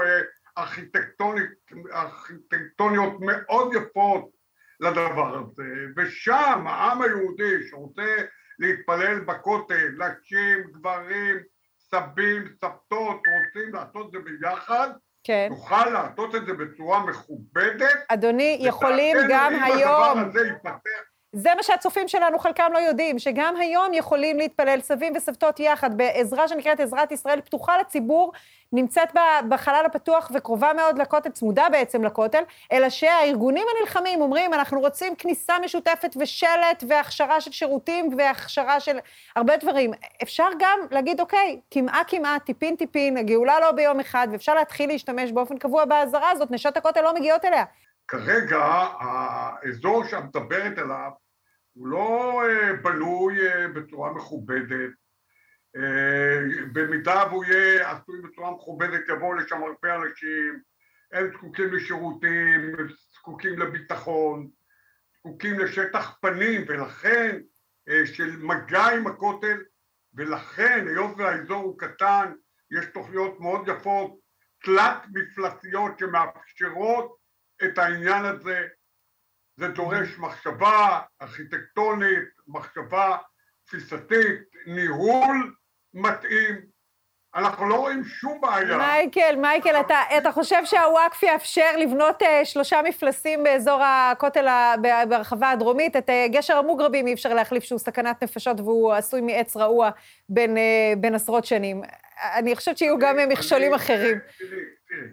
ארכיטקטוניות מאוד יפות לדבר הזה, ושם העם היהודי שרוצה להתפלל בכותל, נשים, גברים, סבים, סבתות, רוצים לעשות את זה ביחד, כן. נוכל לעשות את זה בצורה מכובדת. אדוני, יכולים גם היום... הזה ייפתח. זה מה שהצופים שלנו חלקם לא יודעים, שגם היום יכולים להתפלל סבים וסבתות יחד, בעזרה שנקראת עזרת ישראל פתוחה לציבור, נמצאת בחלל הפתוח וקרובה מאוד לכותל, צמודה בעצם לכותל, אלא שהארגונים הנלחמים אומרים, אנחנו רוצים כניסה משותפת ושלט, והכשרה של שירותים, והכשרה של הרבה דברים. אפשר גם להגיד, אוקיי, כמעה כמעה, טיפין טיפין, הגאולה לא ביום אחד, ואפשר להתחיל להשתמש באופן קבוע בעזרה הזאת, נשות הכותל לא מגיעות אליה. כרגע, האזור שאת מדברת עליו, הוא לא בנוי בצורה מכובדת. במידה והוא יהיה עשוי בצורה מכובדת, יבואו לשם הרבה אנשים, הם זקוקים לשירותים, הם זקוקים לביטחון, זקוקים לשטח פנים, ולכן של מגע עם הכותל, ולכן היות והאזור הוא קטן, יש תוכניות מאוד יפות, תלת מפלסיות שמאפשרות את העניין הזה. זה דורש מחשבה ארכיטקטונית, מחשבה תפיסתית, ניהול מתאים. אנחנו לא רואים שום בעיה. מייקל, מייקל, אתה, אתה חושב שהוואקף יאפשר לבנות uh, שלושה מפלסים באזור הכותל, ברחבה הדרומית, את uh, גשר המוגרבים אי אפשר להחליף שהוא סכנת נפשות והוא עשוי מעץ רעוע בין, uh, בין עשרות שנים. אני חושבת שיהיו גם מכשולים אחרים. תראי, תראי.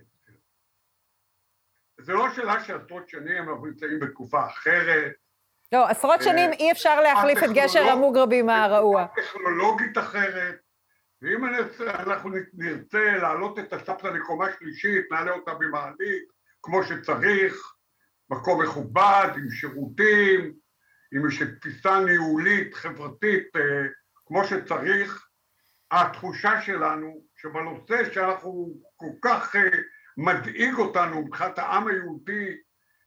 זה לא שאלה שעשרות שנים, אנחנו נמצאים בתקופה אחרת. לא, עשרות שנים אי אפשר להחליף את גשר המוגרבים הרעוע. טכנולוגית אחרת. ואם אנחנו נרצה להעלות את הסבתא לקומה שלישית, נעלה אותה במעלית, כמו שצריך, מקום מכובד, עם שירותים, עם איזושהי תפיסה ניהולית, חברתית, כמו שצריך, התחושה שלנו, שבנושא שאנחנו כל כך מדאיג אותנו מבחינת העם היהודי,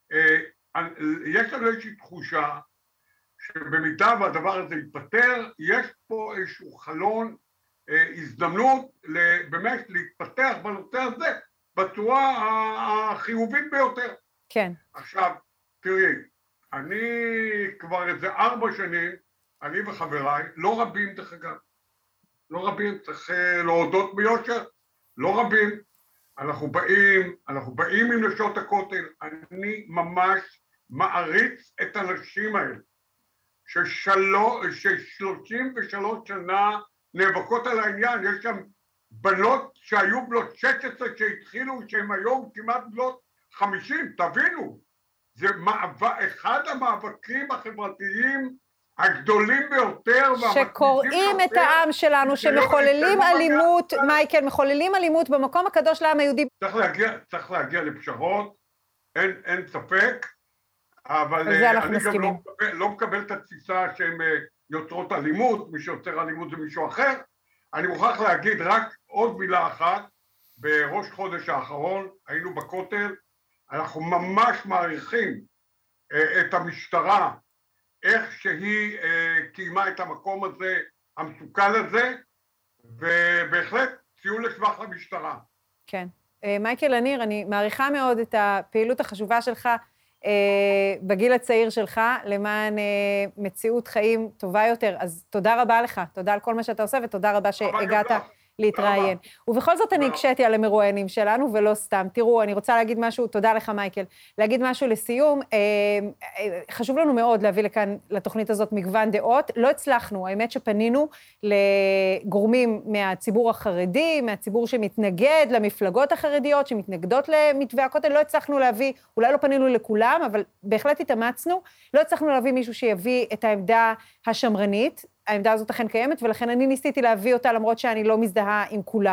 יש לנו איזושהי תחושה שבמידה והדבר הזה ייפטר, יש פה איזשהו חלון, הזדמנות באמת להתפתח בנושא הזה בצורה החיובית ביותר. כן. עכשיו, תראי, אני כבר איזה ארבע שנים, אני וחבריי, לא רבים דרך אגב, לא רבים, צריך להודות ביושר, לא רבים, אנחנו באים, אנחנו באים עם נשות הכותל, אני ממש מעריץ את הנשים האלה, ששלושים ושלוש שנה נאבקות על העניין, יש שם בנות שהיו בנות שש עשרה שהתחילו, שהן היום כמעט בנות חמישים, תבינו, זה מאבק, אחד המאבקים החברתיים הגדולים ביותר, שקוראים את העם שלנו, שמחוללים אלימות, מייקל, מחוללים אלימות במקום הקדוש לעם היהודי. צריך להגיע, צריך להגיע לפשרות, אין, אין ספק, אבל אני גם לא מקבל, לא מקבל את התפיסה שהן יוצרות אלימות, מי שיוצר אלימות זה מישהו אחר. אני מוכרח להגיד רק עוד מילה אחת, בראש חודש האחרון היינו בכותל, אנחנו ממש מעריכים את המשטרה, איך שהיא קיימה את המקום הזה, המסוכן הזה, ובהחלט ציון לשבח למשטרה. כן. מייקל לניר, אני מעריכה מאוד את הפעילות החשובה שלך, בגיל הצעיר שלך, למען מציאות חיים טובה יותר. אז תודה רבה לך, תודה על כל מה שאתה עושה, ותודה רבה שהגעת להתראיין. ובכל זאת אני הקשתי על המרואיינים שלנו, ולא סתם. תראו, אני רוצה להגיד משהו, תודה לך מייקל, להגיד משהו לסיום. חשוב לנו מאוד להביא לכאן, לתוכנית הזאת, מגוון דעות. לא הצלחנו, האמת שפנינו לגורמים מהציבור החרדי, מהציבור שמתנגד למפלגות החרדיות, שמתנגדות למתווה הכותל, לא הצלחנו להביא, אולי לא פנינו לכולם, אבל בהחלט התאמצנו, לא הצלחנו להביא מישהו שיביא את העמדה השמרנית, העמדה הזאת אכן קיימת, ולכן אני ניסיתי להביא אותה, למרות שאני לא מזדהה עם כולה.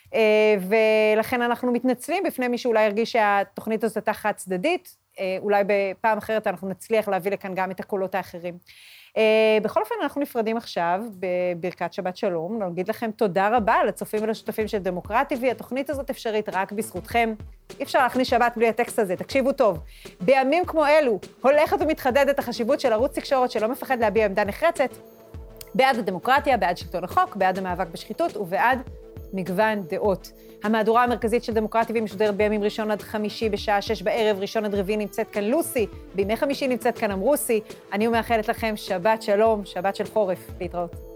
ולכן אנחנו מתנצלים בפני מי שאולי הרגיש שהתוכנית הזאת הייתה חד צדדית, אולי בפעם אחרת אנחנו נצליח להביא לכאן גם את הקולות האחרים. בכל אופן, אנחנו נפרדים עכשיו בברכת שבת שלום, נגיד לכם תודה רבה לצופים ולשותפים של דמוקרטי, והתוכנית הזאת אפשרית רק בזכותכם. אי אפשר להכניס שבת בלי הטקסט הזה, תקשיבו טוב. בימים כמו אלו, הולכת ומתחדדת החשיבות של ערוץ תקשורת שלא מפחד להביע עמדה נחרצת, בעד הדמוקרטיה, בעד שלטון החוק, בעד המאבק בשחיתות ובעד מגוון דעות. המהדורה המרכזית של דמוקרטי משודרת בימים ראשון עד חמישי בשעה שש בערב, ראשון עד רביעי נמצאת כאן לוסי, בימי חמישי נמצאת כאן אמרוסי. אני מאחלת לכם שבת שלום, שבת של חורף, להתראות.